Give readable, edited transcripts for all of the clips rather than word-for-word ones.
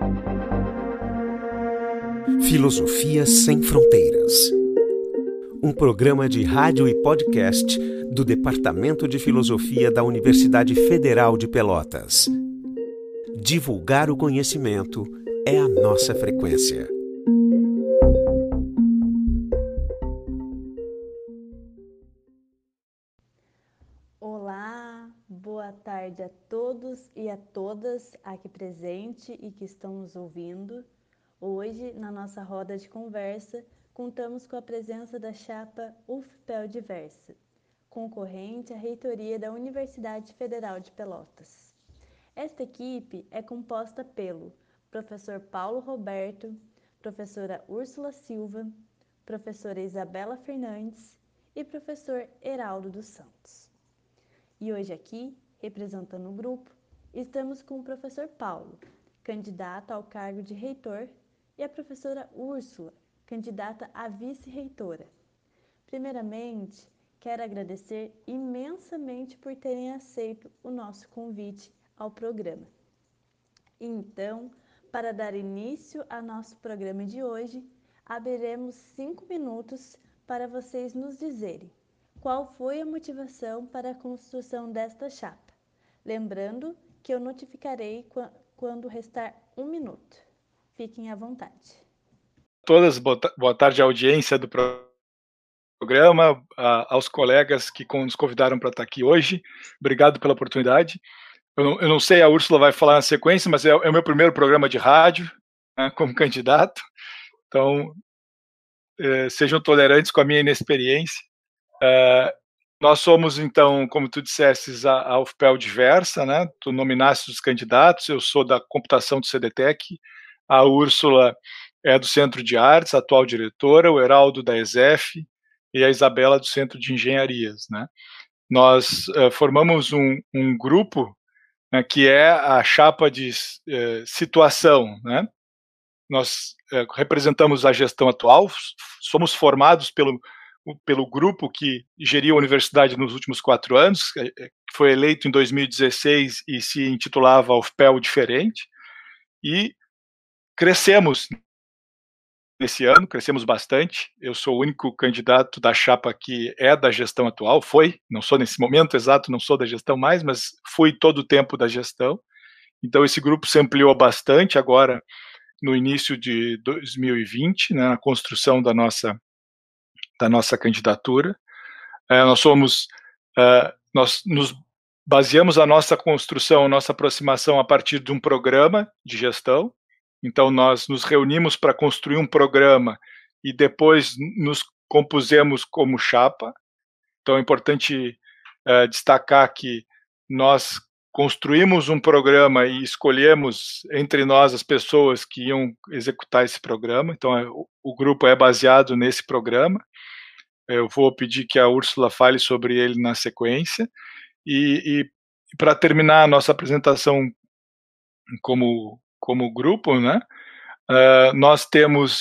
Filosofia Sem Fronteiras. Um programa de rádio e podcast do Departamento de Filosofia da Universidade Federal de Pelotas. Divulgar o conhecimento é a nossa frequência. Olá, boa tarde a todos e a todas aqui presentes e que estão nos ouvindo. Hoje, na nossa roda de conversa, contamos com a presença da chapa UFPEL Diversa, concorrente à reitoria da Universidade Federal de Pelotas. Esta equipe é composta pelo professor Paulo Roberto, professora Úrsula Silva, professora Isabela Fernandes e professor Heraldo dos Santos. E hoje aqui, representando o grupo, estamos com o professor Paulo, candidato ao cargo de reitor, e a professora Úrsula, candidata a vice-reitora. Primeiramente, quero agradecer imensamente por terem aceito o nosso convite ao programa. Então, para dar início ao nosso programa de hoje, abriremos 5 minutos para vocês nos dizerem qual foi a motivação para a construção desta chapa. Lembrando que eu notificarei quando restar 1 minuto. Fiquem à vontade. Todas, boa tarde à audiência do programa, aos colegas que nos convidaram para estar aqui hoje. Obrigado pela oportunidade. Eu não sei, a Úrsula vai falar na sequência, mas é o meu primeiro programa de rádio, né, como candidato. Então, sejam tolerantes com a minha inexperiência. Nós somos, então, como tu dissestes, a UFPEL Diversa, né? Tu nominaste os candidatos, eu sou da computação do CDTEC, a Úrsula é do Centro de Artes, atual diretora, o Heraldo da ESEF e a Isabela do Centro de Engenharias, né? Nós formamos um grupo, né, que é a chapa de situação, né? Nós representamos a gestão atual, somos formados pelo grupo que geriu a universidade nos últimos 4 anos, que foi eleito em 2016 e se intitulava UFPEL Diferente, e crescemos nesse ano, crescemos bastante. Eu sou o único candidato da chapa que é da gestão atual, não sou nesse momento exato, não sou da gestão mais, mas fui todo o tempo da gestão. Então esse grupo se ampliou bastante agora no início de 2020, né, na construção da nossa candidatura. Nós nos baseamos a nossa construção, a nossa aproximação a partir de um programa de gestão. Então, nós nos reunimos para construir um programa e depois nos compusemos como chapa. Então, é importante destacar que nós construímos um programa e escolhemos entre nós as pessoas que iam executar esse programa. Então, o grupo é baseado nesse programa. Eu vou pedir que a Úrsula fale sobre ele na sequência. E para terminar a nossa apresentação como grupo, né, nós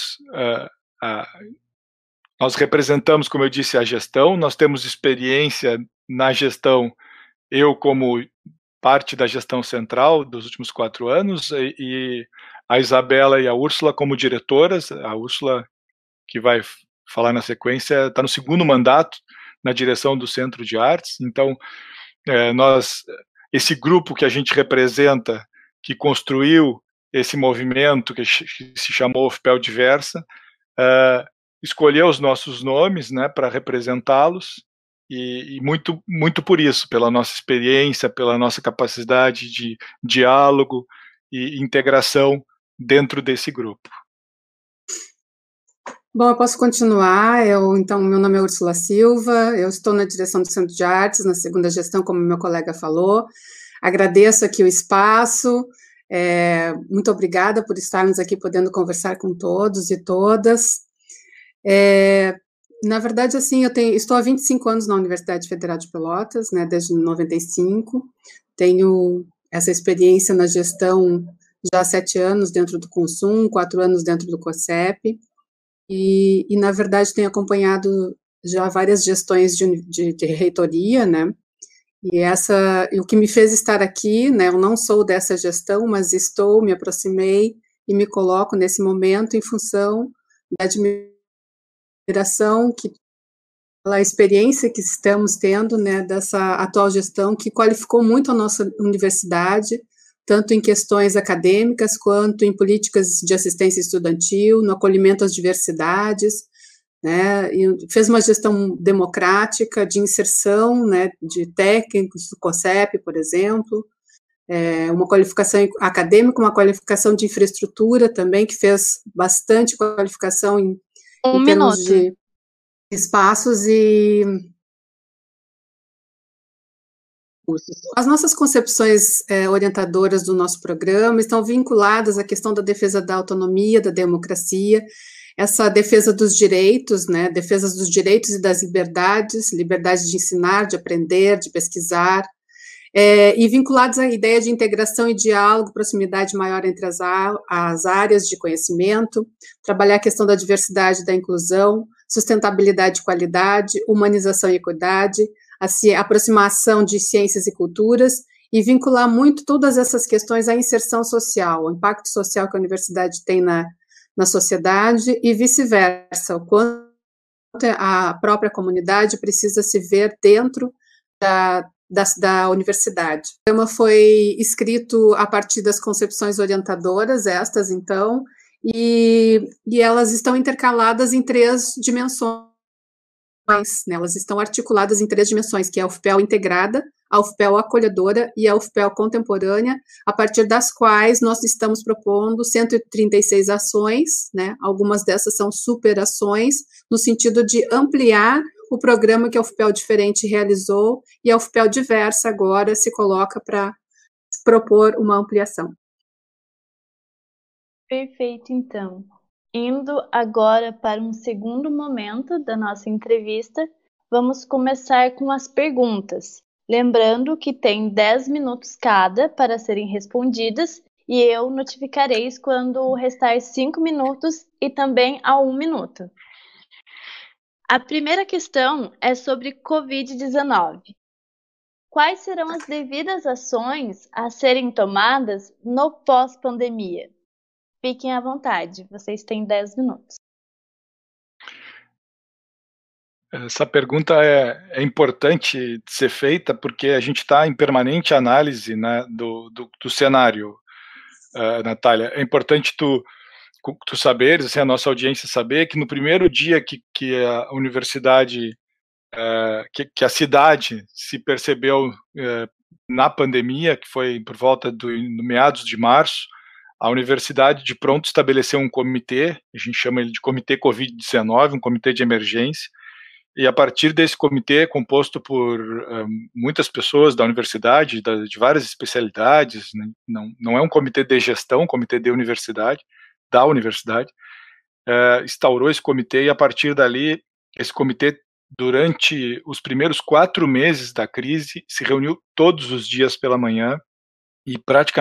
representamos, como eu disse, a gestão, nós temos experiência na gestão, eu como parte da gestão central dos últimos 4 anos, e a Isabela e a Úrsula como diretoras. A Úrsula, que vai falar na sequência, está no 2º mandato na direção do Centro de Artes. Então, esse grupo que a gente representa, que construiu esse movimento que se chamou UFPEL Diversa, escolheu os nossos nomes, né, para representá-los, e muito, muito por isso, pela nossa experiência, pela nossa capacidade de diálogo e integração dentro desse grupo. Bom, eu posso continuar. Então, meu nome é Úrsula Silva, eu estou na direção do Centro de Artes, na 2ª gestão, como meu colega falou. Agradeço aqui o espaço, muito obrigada por estarmos aqui podendo conversar com todos e todas. Na verdade, assim, estou há 25 anos na Universidade Federal de Pelotas, né, desde 95, tenho essa experiência na gestão já há 7 anos dentro do Consum, 4 anos dentro do COSEP, e na verdade tenho acompanhado já várias gestões de reitoria, né, e o que me fez estar aqui, né, eu não sou dessa gestão, mas me aproximei e me coloco nesse momento em função da admiração pela experiência que estamos tendo, né, dessa atual gestão, que qualificou muito a nossa universidade, tanto em questões acadêmicas, quanto em políticas de assistência estudantil, no acolhimento às diversidades, né, e fez uma gestão democrática, de inserção, né, de técnicos do COSEP, por exemplo, uma qualificação acadêmica, uma qualificação de infraestrutura também, que fez bastante qualificação em termos de espaços e as nossas concepções orientadoras do nosso programa estão vinculadas à questão da defesa da autonomia, da democracia, essa defesa dos direitos, né, defesa dos direitos e das liberdades, liberdade de ensinar, de aprender, de pesquisar, e vinculados à ideia de integração e diálogo, proximidade maior entre as áreas de conhecimento, trabalhar a questão da diversidade e da inclusão, sustentabilidade e qualidade, humanização e equidade, a aproximação de ciências e culturas, e vincular muito todas essas questões à inserção social, o impacto social que a universidade tem na sociedade e vice-versa, o quanto a própria comunidade precisa se ver dentro da universidade. O tema foi escrito a partir das concepções orientadoras, estas, então, e elas estão intercaladas em 3 dimensões, né? Elas estão articuladas em 3 dimensões, que é a UFPEL integrada, a UFPEL acolhedora e a UFPEL contemporânea, a partir das quais nós estamos propondo 136 ações, né? Algumas dessas são superações, no sentido de ampliar o programa que a UFPEL Diferente realizou, e a UFPEL Diversa agora se coloca para propor uma ampliação. Perfeito, então. Indo agora para um segundo momento da nossa entrevista, vamos começar com as perguntas. Lembrando que tem 10 minutos cada para serem respondidas, e eu notificarei quando restar 5 minutos e também a 1 minuto. A primeira questão é sobre Covid-19. Quais serão as devidas ações a serem tomadas no pós-pandemia? Fiquem à vontade, vocês têm 10 minutos. Essa pergunta é importante de ser feita porque a gente está em permanente análise, né, do cenário, Natália. É importante tu saberes, assim, a nossa audiência saber que no primeiro dia que a universidade, que a cidade se percebeu na pandemia, que foi por volta do meados de março, a universidade de pronto estabeleceu um comitê, a gente chama ele de Comitê Covid-19, um comitê de emergência, e a partir desse comitê, composto por muitas pessoas da universidade, de várias especialidades, né, não é um comitê de gestão, um comitê de universidade, da universidade, instaurou esse comitê, e a partir dali, esse comitê, durante os primeiros 4 meses da crise, se reuniu todos os dias pela manhã e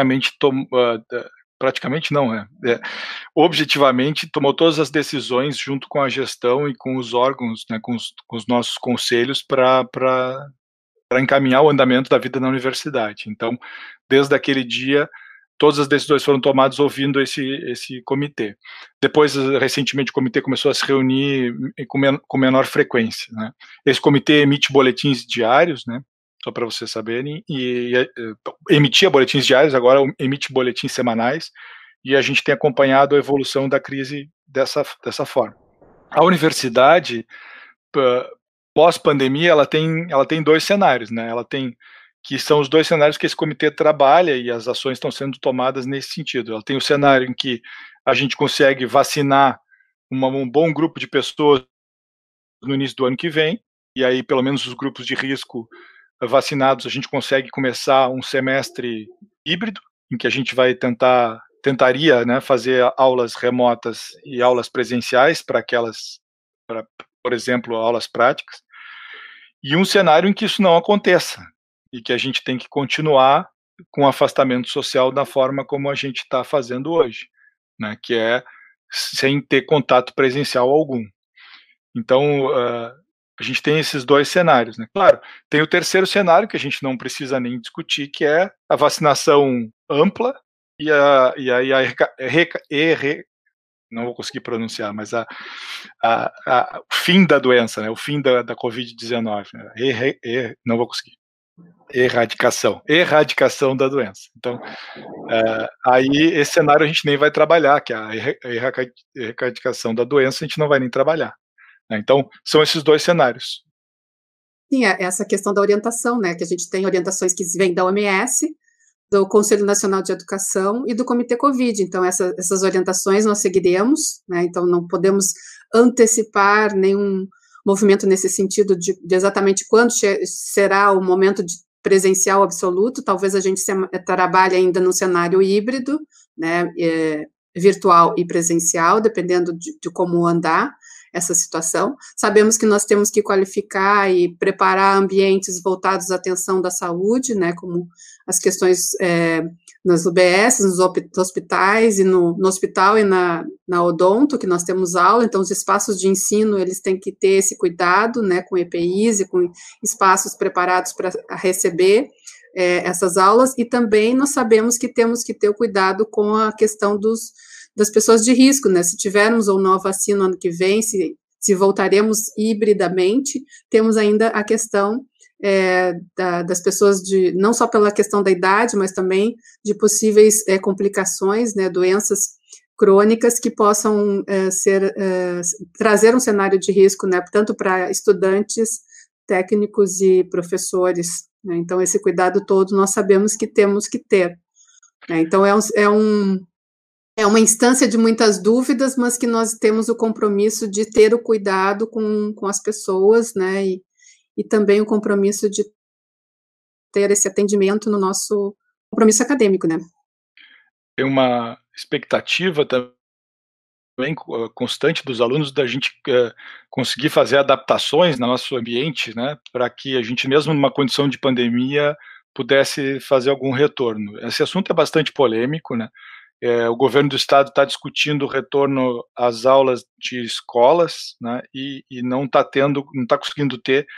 objetivamente tomou todas as decisões junto com a gestão e com os órgãos, né, com os nossos conselhos para encaminhar o andamento da vida na universidade. Então, desde aquele dia, todas as decisões foram tomadas ouvindo esse comitê. Depois, recentemente, o comitê começou a se reunir com menor frequência, né? Esse comitê emite boletins diários, né? Só para vocês saberem, e emitia boletins diários, agora emite boletins semanais, e a gente tem acompanhado a evolução da crise dessa forma. A universidade, pós-pandemia, ela tem 2 cenários, né? Ela tem, que são os 2 cenários que esse comitê trabalha, e as ações estão sendo tomadas nesse sentido. Ela tem o cenário em que a gente consegue vacinar um bom grupo de pessoas no início do ano que vem, e aí pelo menos os grupos de risco vacinados, a gente consegue começar um semestre híbrido, em que a gente vai tentaria, né, fazer aulas remotas e aulas presenciais para por exemplo, aulas práticas, e um cenário em que isso não aconteça, e que a gente tem que continuar com o afastamento social da forma como a gente está fazendo hoje, né, que é sem ter contato presencial algum. Então, a gente tem esses 2 cenários, né? Claro, tem o terceiro cenário, que a gente não precisa nem discutir, que é a vacinação ampla, e aí não vou conseguir pronunciar, mas o fim da doença, né, o fim da Covid-19, né, não vou conseguir. Erradicação da doença. Então, aí esse cenário a gente nem vai trabalhar, que a erradicação da doença a gente não vai nem trabalhar. Né? Então, são esses dois cenários. Sim, essa questão da orientação, né, que a gente tem orientações que vêm da OMS, do Conselho Nacional de Educação e do Comitê Covid. Então, essas orientações nós seguiremos, né, então não podemos antecipar nenhum movimento nesse sentido de exatamente quando será o momento de presencial absoluto. Talvez a gente trabalhe ainda no cenário híbrido, né, virtual e presencial, dependendo de como andar essa situação. Sabemos que nós temos que qualificar e preparar ambientes voltados à atenção da saúde, né, como as questões nas UBS, nos hospitais e no hospital e na odonto, que nós temos aula. Então os espaços de ensino, eles têm que ter esse cuidado, né, com EPIs e com espaços preparados para receber essas aulas, e também nós sabemos que temos que ter o cuidado com a questão das pessoas de risco, né? Se tivermos ou não a vacina no ano que vem, se voltaremos hibridamente, temos ainda a questão das pessoas não só pela questão da idade, mas também de possíveis complicações, né, doenças crônicas que possam trazer um cenário de risco, né, tanto para estudantes, técnicos e professores, né? Então esse cuidado todo nós sabemos que temos que ter, né? Então é uma instância de muitas dúvidas, mas que nós temos o compromisso de ter o cuidado com as pessoas, né, e também o compromisso de ter esse atendimento no nosso compromisso acadêmico, né. Tem uma expectativa também constante dos alunos da gente conseguir fazer adaptações no nosso ambiente, né, para que a gente, mesmo numa condição de pandemia, pudesse fazer algum retorno. Esse assunto é bastante polêmico, né. O governo do estado está discutindo o retorno às aulas de escolas, né, e não está conseguindo ter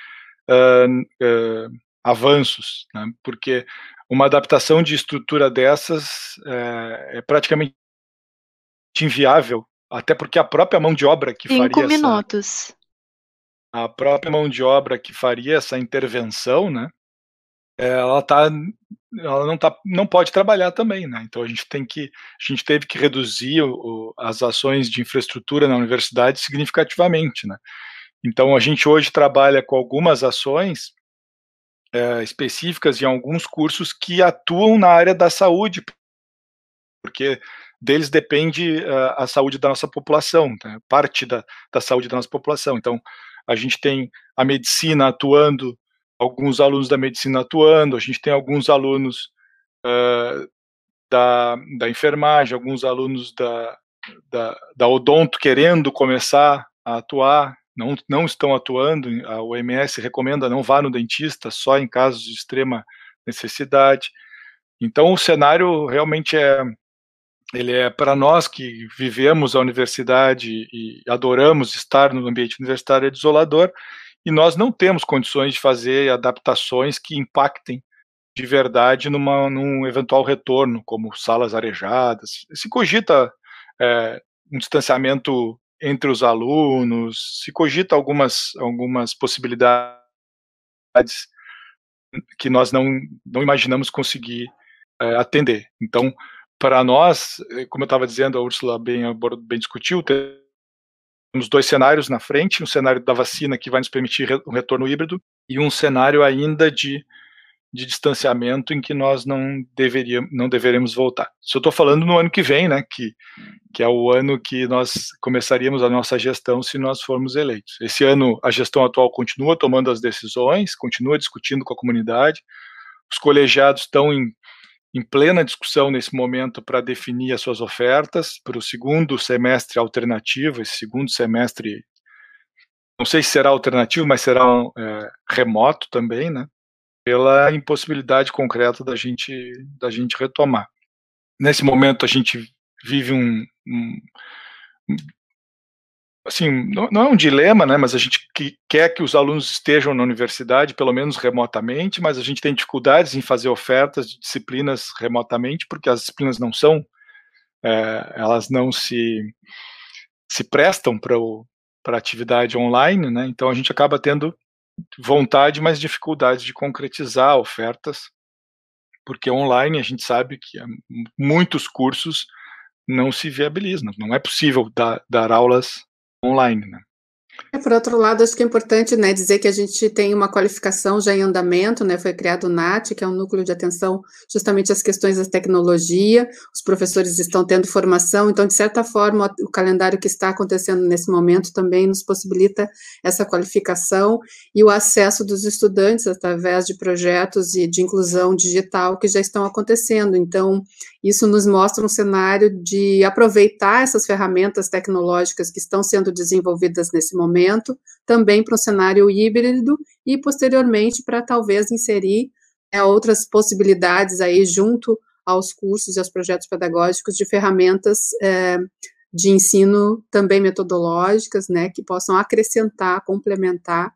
avanços, né, porque uma adaptação de estrutura dessas é praticamente inviável, até porque a própria mão de obra que faria a própria mão de obra que faria essa intervenção, né, ela não pode trabalhar também, né? Então a gente teve que reduzir as ações de infraestrutura na universidade significativamente, né? Então a gente hoje trabalha com algumas ações específicas em alguns cursos que atuam na área da saúde, porque deles depende a saúde da nossa população, né? Parte da saúde da nossa população. Então a gente tem a medicina atuando, alguns alunos da medicina atuando, a gente tem alguns alunos da enfermagem, alguns alunos da odonto querendo começar a atuar, não estão atuando. A OMS recomenda não vá no dentista, só em casos de extrema necessidade. Então o cenário realmente ele é para nós que vivemos a universidade e adoramos estar no ambiente universitário, é desolador, e nós não temos condições de fazer adaptações que impactem de verdade num eventual retorno, como salas arejadas. Se cogita um distanciamento entre os alunos, se cogita algumas possibilidades que nós não imaginamos conseguir atender. Então, para nós, como eu estava dizendo, a Úrsula bem discutiu, temos dois cenários na frente, um cenário da vacina que vai nos permitir um retorno híbrido e um cenário ainda de distanciamento em que nós não deveremos voltar. Isso eu estou falando no ano que vem, né, que é o ano que nós começaríamos a nossa gestão se nós formos eleitos. Esse ano a gestão atual continua tomando as decisões, continua discutindo com a comunidade, os colegiados estão em plena discussão nesse momento para definir as suas ofertas para o segundo semestre alternativo. Esse segundo semestre, não sei se será alternativo, mas será remoto também, né, pela impossibilidade concreta da gente retomar. Nesse momento a gente vive assim, não é um dilema, né, mas a gente quer que os alunos estejam na universidade, pelo menos remotamente, mas a gente tem dificuldades em fazer ofertas de disciplinas remotamente, porque as disciplinas não são, elas não se prestam para atividade online, né, então a gente acaba tendo vontade, mas dificuldades de concretizar ofertas, porque online a gente sabe que muitos cursos não se viabilizam, não é possível dar aulas online, né. Por outro lado, acho que é importante, né, dizer que a gente tem uma qualificação já em andamento, né, foi criado o NAT, que é um núcleo de atenção justamente às questões da tecnologia, os professores estão tendo formação, então, de certa forma, o calendário que está acontecendo nesse momento também nos possibilita essa qualificação e o acesso dos estudantes através de projetos de inclusão digital que já estão acontecendo, então, isso nos mostra um cenário de aproveitar essas ferramentas tecnológicas que estão sendo desenvolvidas nesse momento, também para um cenário híbrido e, posteriormente, para talvez inserir outras possibilidades aí junto aos cursos e aos projetos pedagógicos de ferramentas de ensino também metodológicas, né, que possam acrescentar, complementar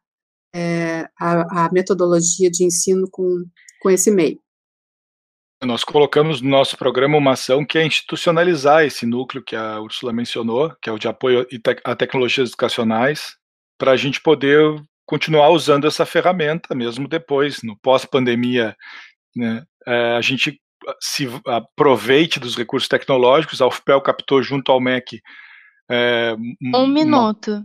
a metodologia de ensino com esse meio. Nós colocamos no nosso programa uma ação que é institucionalizar esse núcleo que a Úrsula mencionou, que é o de apoio a tecnologias educacionais, para a gente poder continuar usando essa ferramenta mesmo depois, no pós-pandemia, né, a gente se aproveite dos recursos tecnológicos. A UFPEL captou junto ao MEC um minuto.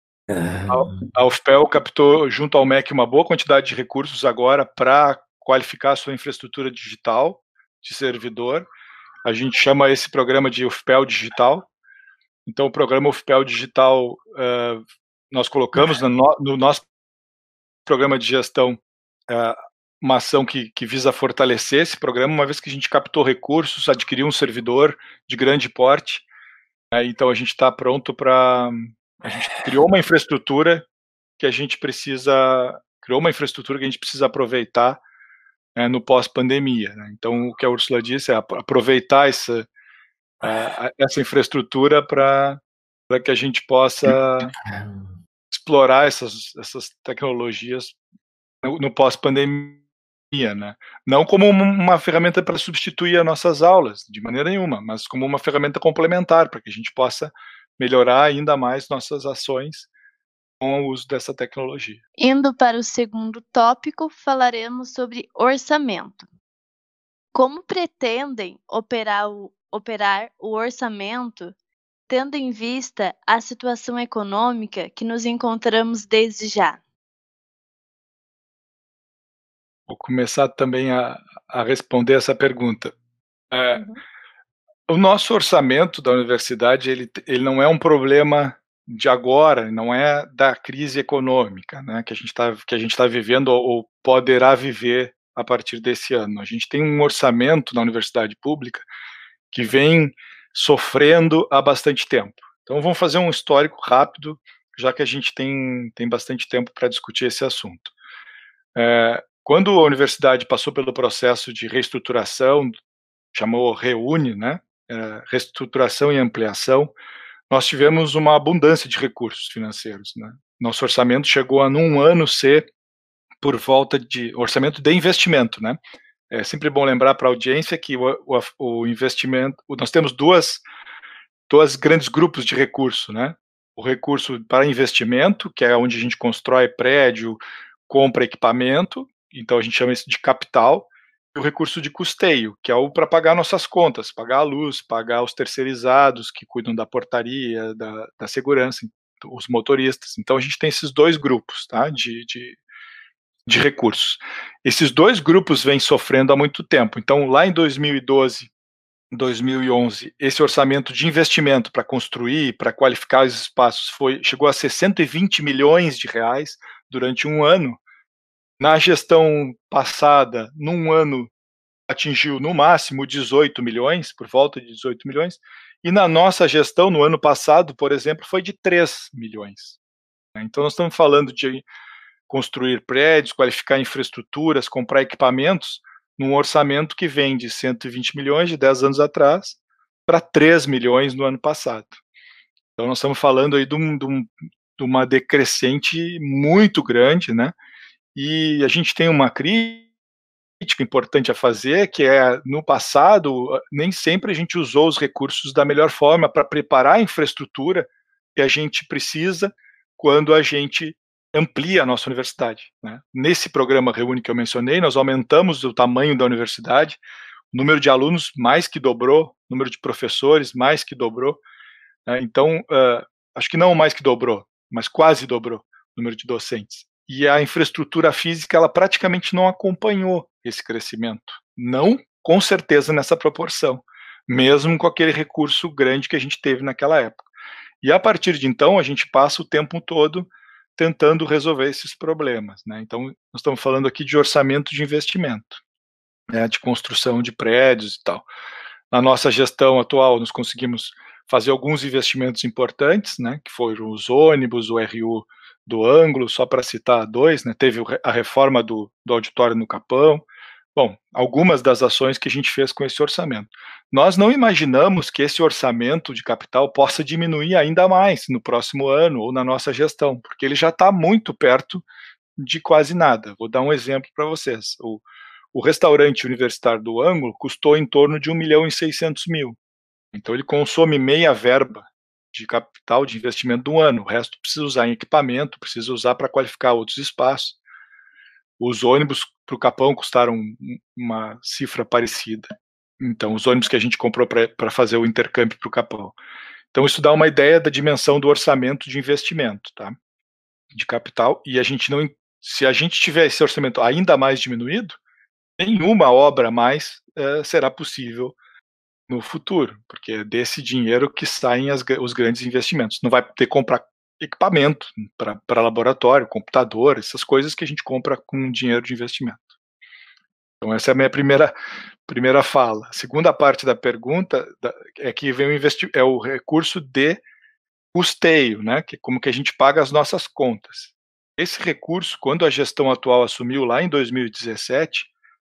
A UFPEL captou junto ao MEC uma boa quantidade de recursos agora para qualificar a sua infraestrutura digital de servidor. A gente chama esse programa de UFPEL Digital. Então, o programa UFPEL Digital, nós colocamos no nosso programa de gestão uma ação que visa fortalecer esse programa, uma vez que a gente captou recursos, adquiriu um servidor de grande porte, então a gente está pronto para... A gente criou uma infraestrutura que a gente precisa aproveitar no pós-pandemia, né? Então, o que a Úrsula disse é aproveitar essa infraestrutura para que a gente possa explorar essas tecnologias no pós-pandemia, né? Não como uma ferramenta para substituir as nossas aulas, de maneira nenhuma, mas como uma ferramenta complementar, para que a gente possa melhorar ainda mais nossas ações com o uso dessa tecnologia. Indo para o segundo tópico, falaremos sobre orçamento. Como pretendem operar o orçamento, tendo em vista a situação econômica que nos encontramos desde já? Vou começar também a responder essa pergunta. O nosso orçamento da universidade, ele não é um problema de agora, não é da crise econômica, né, que a gente tá vivendo ou poderá viver a partir desse ano. A gente tem um orçamento na universidade pública que vem sofrendo há bastante tempo. Então, vamos fazer um histórico rápido, já que a gente tem bastante tempo para discutir esse assunto. Quando a universidade passou pelo processo de reestruturação, chamou REUNE, né, reestruturação e ampliação, nós tivemos uma abundância de recursos financeiros, né? Nosso orçamento chegou a, num ano, ser por volta de orçamento de investimento, né? É sempre bom lembrar para a audiência que o investimento, nós temos dois grandes grupos de recurso, né? O recurso para investimento, que é onde a gente constrói prédio, compra equipamento, então a gente chama isso de capital, e o recurso de custeio, que é o para pagar nossas contas, pagar a luz, pagar os terceirizados que cuidam da portaria, da segurança, os motoristas. Então a gente tem esses dois grupos, tá, de recursos. Esses dois grupos vêm sofrendo há muito tempo. Então, lá em 2012, 2011, esse orçamento de investimento para construir, para qualificar os espaços, chegou a ser 120 milhões de reais durante um ano. Na gestão passada, num ano, atingiu no máximo 18 milhões, por volta de 18 milhões, e na nossa gestão, no ano passado, por exemplo, foi de 3 milhões. Então, nós estamos falando de construir prédios, qualificar infraestruturas, comprar equipamentos, num orçamento que vem de 120 milhões de 10 anos atrás para 3 milhões no ano passado. Então nós estamos falando aí de uma decrescente muito grande, né? E a gente tem uma crítica importante a fazer, que é, no passado, nem sempre a gente usou os recursos da melhor forma para preparar a infraestrutura que a gente precisa quando a gente amplia a nossa universidade, né? Nesse programa Reúne que eu mencionei, nós aumentamos o tamanho da universidade, o número de alunos mais que dobrou, o número de professores mais que dobrou, né? Então, acho que não mais que dobrou, mas quase dobrou o número de docentes. E a infraestrutura física, ela praticamente não acompanhou esse crescimento. Não, com certeza, nessa proporção, mesmo com aquele recurso grande que a gente teve naquela época. E a partir de então, a gente passa o tempo todo tentando resolver esses problemas, né? Então, nós estamos falando aqui de orçamento de investimento, né, de construção de prédios e tal. Na nossa gestão atual, nós conseguimos fazer alguns investimentos importantes, né, que foram os ônibus, o RU do Ângulo, só para citar dois, né, teve a reforma do auditório no Capão. Bom, algumas das ações que a gente fez com esse orçamento. Nós não imaginamos que esse orçamento de capital possa diminuir ainda mais no próximo ano ou na nossa gestão, porque ele já está muito perto de quase nada. Vou dar um exemplo para vocês. O restaurante universitário do Ângulo custou em torno de 1.600.000. Então ele consome meia verba de capital de investimento do ano. O resto precisa usar em equipamento, precisa usar para qualificar outros espaços. Os ônibus para o Capão custaram uma cifra parecida. Então, os ônibus que a gente comprou para fazer o intercâmbio para o Capão. Então, isso dá uma ideia da dimensão do orçamento de investimento, tá? De capital. E a gente não, se a gente tiver esse orçamento ainda mais diminuído, nenhuma obra mais será possível no futuro, porque é desse dinheiro que saem os grandes investimentos. Não vai ter que comprar equipamento para laboratório, computador, essas coisas que a gente compra com dinheiro de investimento. Então essa é a minha primeira fala. A segunda parte da pergunta é que vem o recurso de custeio, né, que é como que a gente paga as nossas contas. Esse recurso, quando a gestão atual assumiu lá em 2017,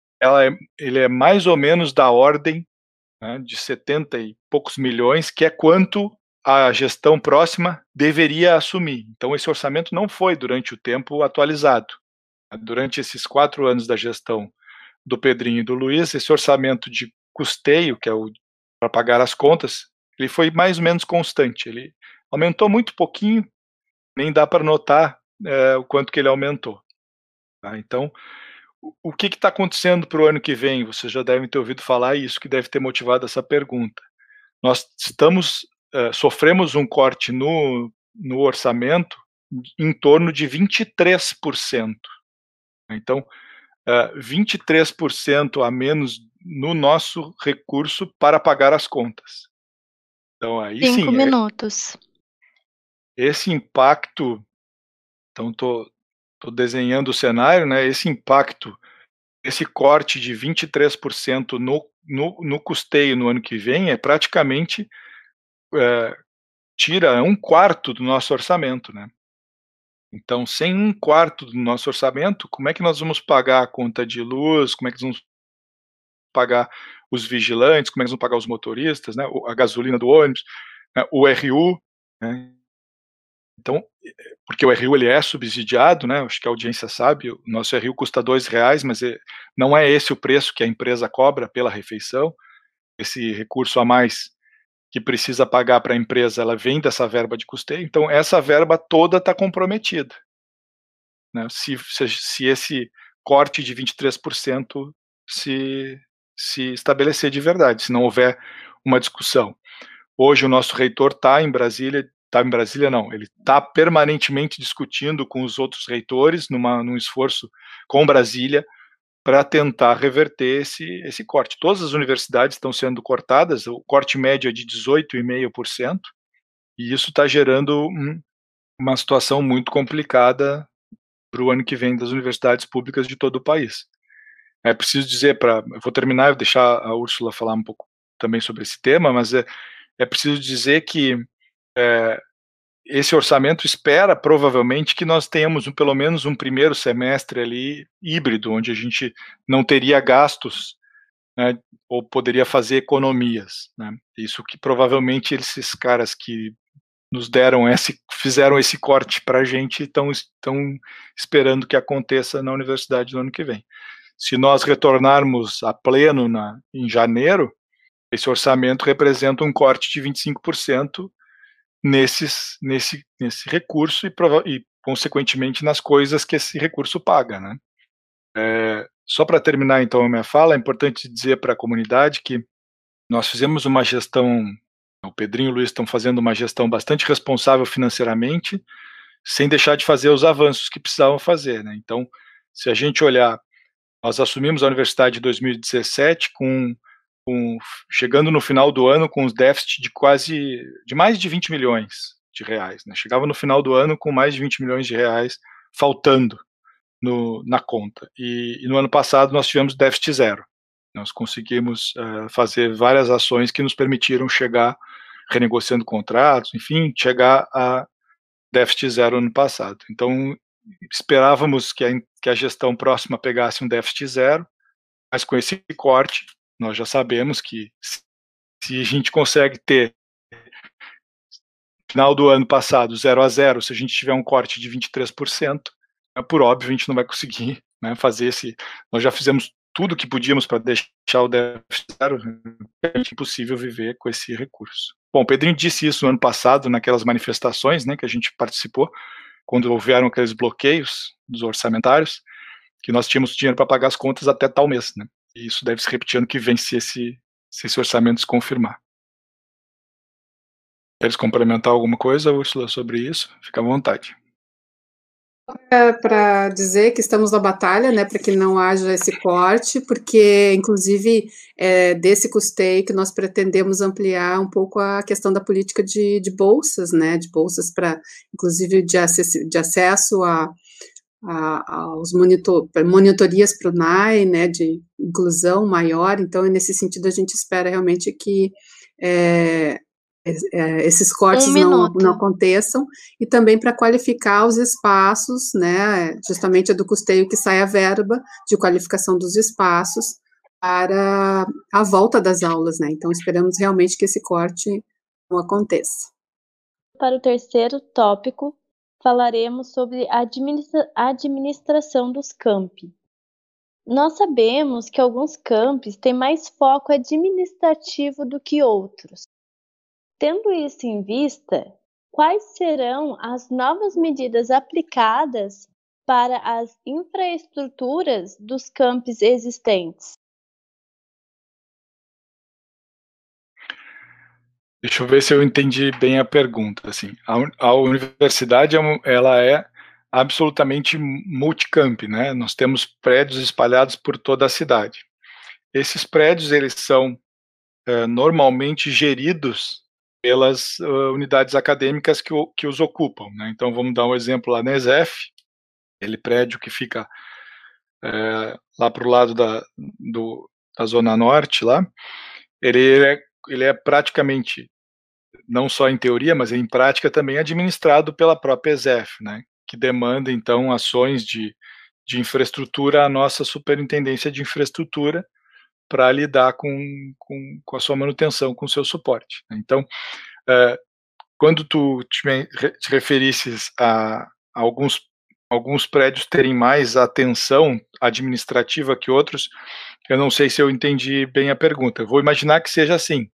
ele é mais ou menos da ordem, né, de 70 e poucos milhões, que é quanto a gestão próxima deveria assumir. Então, esse orçamento não foi, durante o tempo, atualizado. Durante esses 4 anos da gestão do Pedrinho e do Luiz, esse orçamento de custeio, que é o para pagar as contas, ele foi mais ou menos constante. Ele aumentou muito pouquinho, nem dá para notar o quanto que ele aumentou. Tá? Então, o que está acontecendo para o ano que vem? Vocês já devem ter ouvido falar, e isso que deve ter motivado essa pergunta. Nós sofremos um corte no orçamento em torno de 23%. Então, 23% a menos no nosso recurso para pagar as contas. Então, aí 5 minutos. Esse impacto, então estou desenhando o cenário, né? Esse impacto, esse corte de 23% no custeio no ano que vem é praticamente tira 1/4 do nosso orçamento, né? Então, sem 1/4 do nosso orçamento, como é que nós vamos pagar a conta de luz? Como é que nós vamos pagar os vigilantes? Como é que nós vamos pagar os motoristas, né? A gasolina do ônibus, né? O RU, né? Então, porque o RU ele é subsidiado, né? Acho que a audiência sabe, o nosso RU custa R$2, mas não é esse o preço que a empresa cobra pela refeição. Esse recurso a mais que precisa pagar para a empresa, ela vem dessa verba de custeio. Então, essa verba toda está comprometida, né? Se esse corte de 23% se estabelecer de verdade, se não houver uma discussão. Hoje o nosso reitor está em Brasília, ele está permanentemente discutindo com os outros reitores, num esforço com Brasília, para tentar reverter esse corte. Todas as universidades estão sendo cortadas, o corte médio é de 18,5%, e isso está gerando uma situação muito complicada para o ano que vem das universidades públicas de todo o país. É preciso dizer, eu vou terminar, eu vou deixar a Úrsula falar um pouco também sobre esse tema, mas é preciso dizer que esse orçamento espera provavelmente que nós tenhamos pelo menos um primeiro semestre ali híbrido, onde a gente não teria gastos, né, ou poderia fazer economias, né? Isso que provavelmente esses caras que nos fizeram esse corte para a gente e estão esperando que aconteça na universidade no ano que vem. Se nós retornarmos a pleno em janeiro, esse orçamento representa um corte de 25% nesse recurso e, consequentemente, nas coisas que esse recurso paga, né? Só para terminar, então, a minha fala, é importante dizer para a comunidade que nós fizemos uma gestão, o Pedrinho e o Luiz estão fazendo uma gestão bastante responsável financeiramente, sem deixar de fazer os avanços que precisavam fazer, né? Então, se a gente olhar, nós assumimos a universidade em 2017 chegando no final do ano com os déficits de mais de 20 milhões de reais, né? Chegava no final do ano com mais de 20 milhões de reais faltando na conta. E no ano passado nós tivemos déficit zero. Nós conseguimos fazer várias ações que nos permitiram chegar, renegociando contratos, enfim, chegar a déficit zero no ano passado. Então, esperávamos que a gestão próxima pegasse um déficit zero, mas com esse corte, nós já sabemos que se a gente consegue ter, no final do ano passado, 0-0, se a gente tiver um corte de 23%, por óbvio, a gente não vai conseguir, né, fazer nós já fizemos tudo que podíamos para deixar o déficit zero, é impossível viver com esse recurso. Bom, o Pedrinho disse isso no ano passado, naquelas manifestações, né, que a gente participou, quando houveram aqueles bloqueios dos orçamentários, que nós tínhamos dinheiro para pagar as contas até tal mês, né? E isso deve se repetir ano que vem se esse orçamento se confirmar. Queres complementar alguma coisa, Úrsula, sobre isso? Fica à vontade. Para dizer que estamos na batalha, né, para que não haja esse corte, porque, inclusive, desse custeio que nós pretendemos ampliar um pouco a questão da política de bolsas, né, de bolsas para, inclusive, de acesso aos monitorias para o NAE, né, de inclusão maior. Então, nesse sentido, a gente espera realmente que esses cortes não aconteçam, e também para qualificar os espaços, né, justamente é do custeio que sai a verba de qualificação dos espaços para a volta das aulas, né, então esperamos realmente que esse corte não aconteça. Para o terceiro tópico, falaremos sobre a administração dos campi. Nós sabemos que alguns campos têm mais foco administrativo do que outros. Tendo isso em vista, quais serão as novas medidas aplicadas para as infraestruturas dos campos existentes? Deixa eu ver se eu entendi bem a pergunta. Assim, a universidade ela é absolutamente multicamp, né? Nós temos prédios espalhados por toda a cidade. Esses prédios eles são normalmente geridos pelas unidades acadêmicas que os ocupam, né? Então vamos dar um exemplo lá na ESEF, aquele prédio que fica lá para o lado da Zona Norte, lá, ele é praticamente, não só em teoria, mas em prática também administrado pela própria ESEF, né? Que demanda então ações de infraestrutura à nossa superintendência de infraestrutura para lidar com a sua manutenção, com o seu suporte. Então, quando tu te referisses a alguns prédios terem mais atenção administrativa que outros, eu não sei se eu entendi bem a pergunta. Eu vou imaginar que seja assim.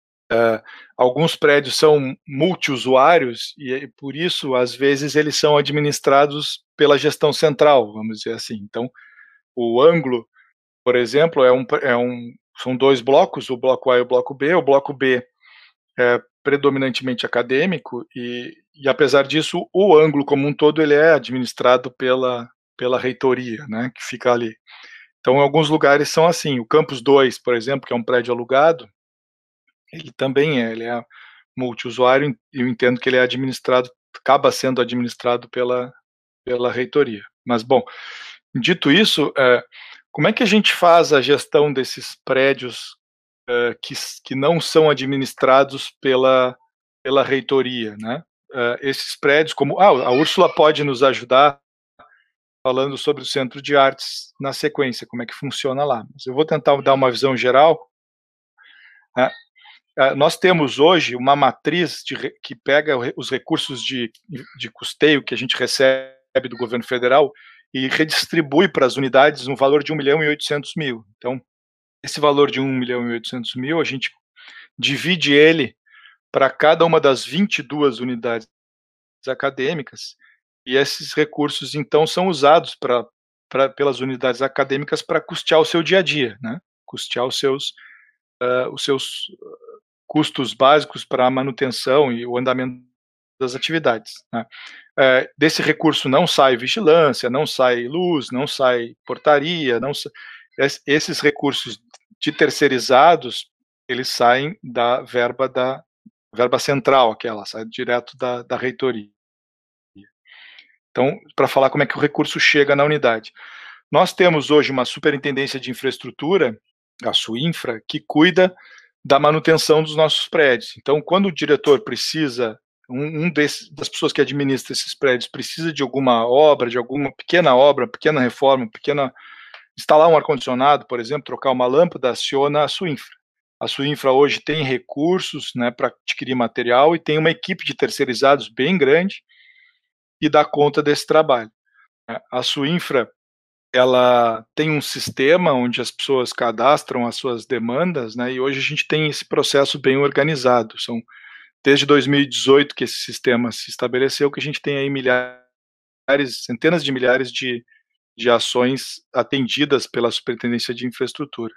Alguns prédios são multiusuários e, por isso, às vezes, eles são administrados pela gestão central, vamos dizer assim. Então, o ângulo, por exemplo, são dois blocos, o bloco A e o bloco B. O bloco B é predominantemente acadêmico e apesar disso, o ângulo como um todo ele é administrado pela reitoria, né, que fica ali. Então, em alguns lugares são assim. O Campus 2, por exemplo, que é um prédio alugado, ele também ele é multiusuário e eu entendo que ele é acaba sendo administrado pela reitoria. Mas, bom, dito isso, como é que a gente faz a gestão desses prédios que não são administrados pela reitoria, né? Esses prédios, como a Úrsula pode nos ajudar falando sobre o Centro de Artes na sequência, como é que funciona lá. Mas eu vou tentar dar uma visão geral. nós temos hoje uma matriz que pega os recursos de custeio que a gente recebe do governo federal e redistribui para as unidades um valor de 1.800.000. Então, esse valor de 1.800.000, a gente divide ele para cada uma das 22 unidades acadêmicas, e esses recursos, então, são usados pelas unidades acadêmicas para custear o seu dia a dia, né? Custear os seus custos básicos para a manutenção e o andamento das atividades, né? Desse recurso não sai vigilância, não sai luz, não sai portaria, esses recursos de terceirizados, eles saem da verba central, sai direto da reitoria. Então, para falar como é que o recurso chega na unidade. Nós temos hoje uma superintendência de infraestrutura, a SUINFRA, que cuida da manutenção dos nossos prédios. Então, quando o diretor precisa, das pessoas que administram esses prédios precisa de alguma obra, pequena reforma, instalar um ar-condicionado, por exemplo, trocar uma lâmpada, aciona a SUINFRA. A SUINFRA hoje tem recursos, né, para adquirir material e tem uma equipe de terceirizados bem grande e dá conta desse trabalho. A SUINFRA, ela tem um sistema onde as pessoas cadastram as suas demandas, né, e hoje a gente tem esse processo bem organizado. São desde 2018 que esse sistema se estabeleceu, que a gente tem aí centenas de milhares de ações atendidas pela Superintendência de Infraestrutura,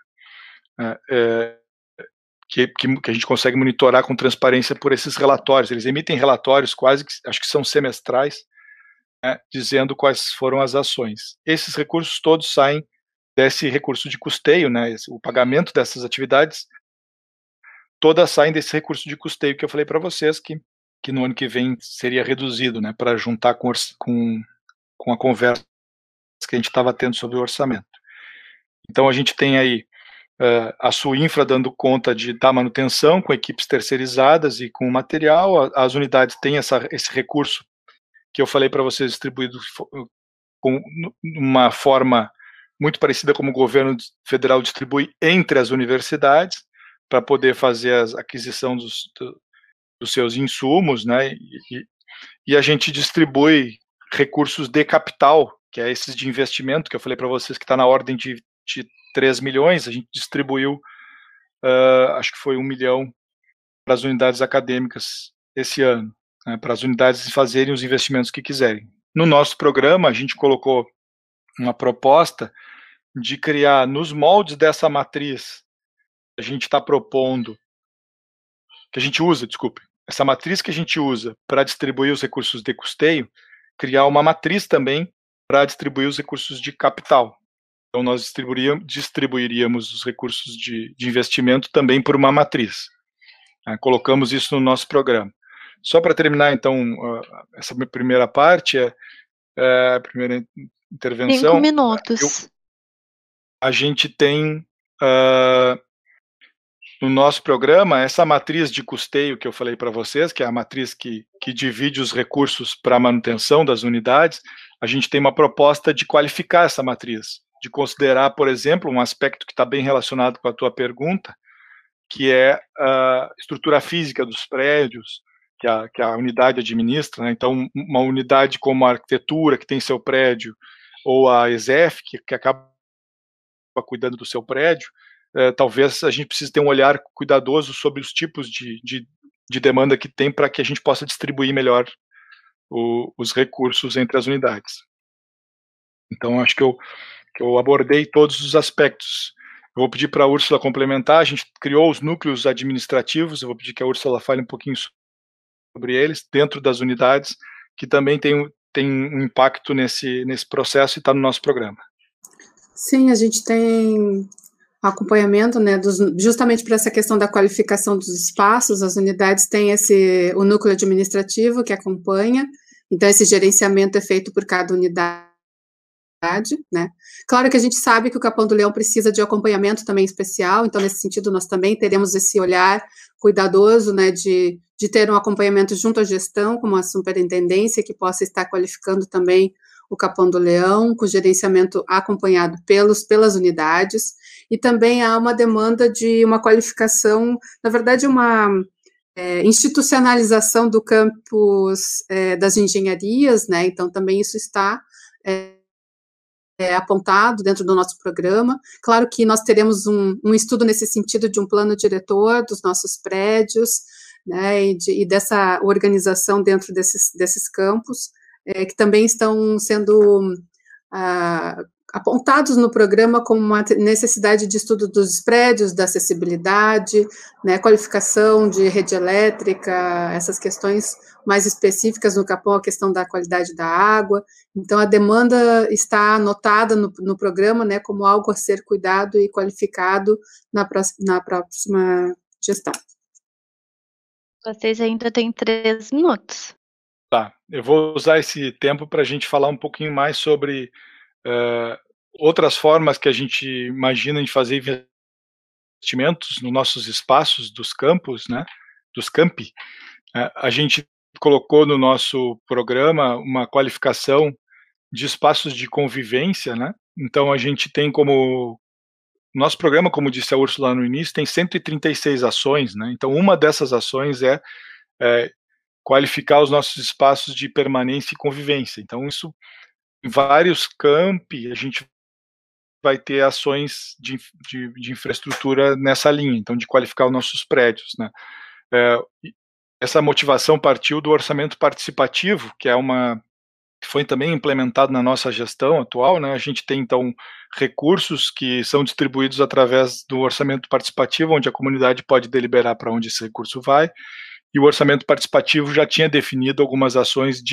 que a gente consegue monitorar com transparência por esses relatórios. Eles emitem relatórios acho que são semestrais, né, dizendo quais foram as ações. Esses recursos todos saem desse recurso de custeio, né, o pagamento dessas atividades, todas saem desse recurso de custeio que eu falei para vocês, que no ano que vem seria reduzido, né, para juntar com a conversa que a gente estava tendo sobre o orçamento. Então, a gente tem aí a SUINFRA dando conta da manutenção com equipes terceirizadas e com material. As unidades têm esse recurso que eu falei para vocês, distribuído com uma forma muito parecida como o governo federal distribui entre as universidades, para poder fazer a aquisição dos seus insumos, né, e a gente distribui recursos de capital, que é esses de investimento, que eu falei para vocês que está na ordem de 3 milhões, a gente distribuiu, acho que foi 1 milhão para as unidades acadêmicas esse ano, né, para as unidades fazerem os investimentos que quiserem. No nosso programa, a gente colocou uma proposta de criar, nos moldes dessa matriz, a gente está propondo, essa matriz que a gente usa para distribuir os recursos de custeio, criar uma matriz também para distribuir os recursos de capital. Então, nós distribuiríamos os recursos de investimento também por uma matriz. Colocamos isso no nosso programa. Só para terminar, então, essa primeira parte, a primeira intervenção. 5 minutos. A gente tem, no nosso programa, essa matriz de custeio que eu falei para vocês, que é a matriz que divide os recursos para a manutenção das unidades. A gente tem uma proposta de qualificar essa matriz, de considerar, por exemplo, um aspecto que está bem relacionado com a tua pergunta, que é a estrutura física dos prédios, que a unidade administra, né? Então, uma unidade como a arquitetura, que tem seu prédio, ou a ESEF, que acaba cuidando do seu prédio, talvez a gente precise ter um olhar cuidadoso sobre os tipos de demanda que tem, para que a gente possa distribuir melhor os recursos entre as unidades. Então, acho que eu abordei todos os aspectos. Eu vou pedir para a Úrsula complementar. A gente criou os núcleos administrativos, eu vou pedir que a Úrsula fale um pouquinho sobre eles, dentro das unidades, que também tem um impacto nesse processo e está no nosso programa. Sim, a gente tem acompanhamento, né, justamente para essa questão da qualificação dos espaços. As unidades têm o núcleo administrativo que acompanha, então esse gerenciamento é feito por cada unidade, né. Claro que a gente sabe que o Capão do Leão precisa de acompanhamento também especial, então nesse sentido nós também teremos esse olhar cuidadoso, né, de ter um acompanhamento junto à gestão, como a superintendência, que possa estar qualificando também o Capão do Leão, com gerenciamento acompanhado pelas unidades, e também há uma demanda de uma qualificação, na verdade, uma institucionalização do campus das engenharias, né? Então, também isso está apontado dentro do nosso programa. Claro que nós teremos um estudo nesse sentido de um plano diretor dos nossos prédios, né, e dessa organização dentro desses campos, que também estão sendo apontados no programa como uma necessidade de estudo dos prédios, da acessibilidade, né, qualificação de rede elétrica, essas questões mais específicas no Capão, a questão da qualidade da água. Então, a demanda está anotada no programa, né, como algo a ser cuidado e qualificado na próxima gestão. Vocês ainda têm 3 minutos. Tá, eu vou usar esse tempo para a gente falar um pouquinho mais sobre outras formas que a gente imagina de fazer investimentos nos nossos espaços dos campos, né, dos campi. A gente colocou no nosso programa uma qualificação de espaços de convivência, né? Então a gente tem como nosso programa, como disse a Úrsula no início, tem 136 ações, né? Então uma dessas ações é qualificar os nossos espaços de permanência e convivência. Então isso, em vários campi, a gente vai ter ações de infraestrutura nessa linha, então de qualificar os nossos prédios, né? Essa motivação partiu do orçamento participativo, que foi também implementado na nossa gestão atual, né? A gente tem, então, recursos que são distribuídos através do orçamento participativo, onde a comunidade pode deliberar para onde esse recurso vai, e o orçamento participativo já tinha definido algumas ações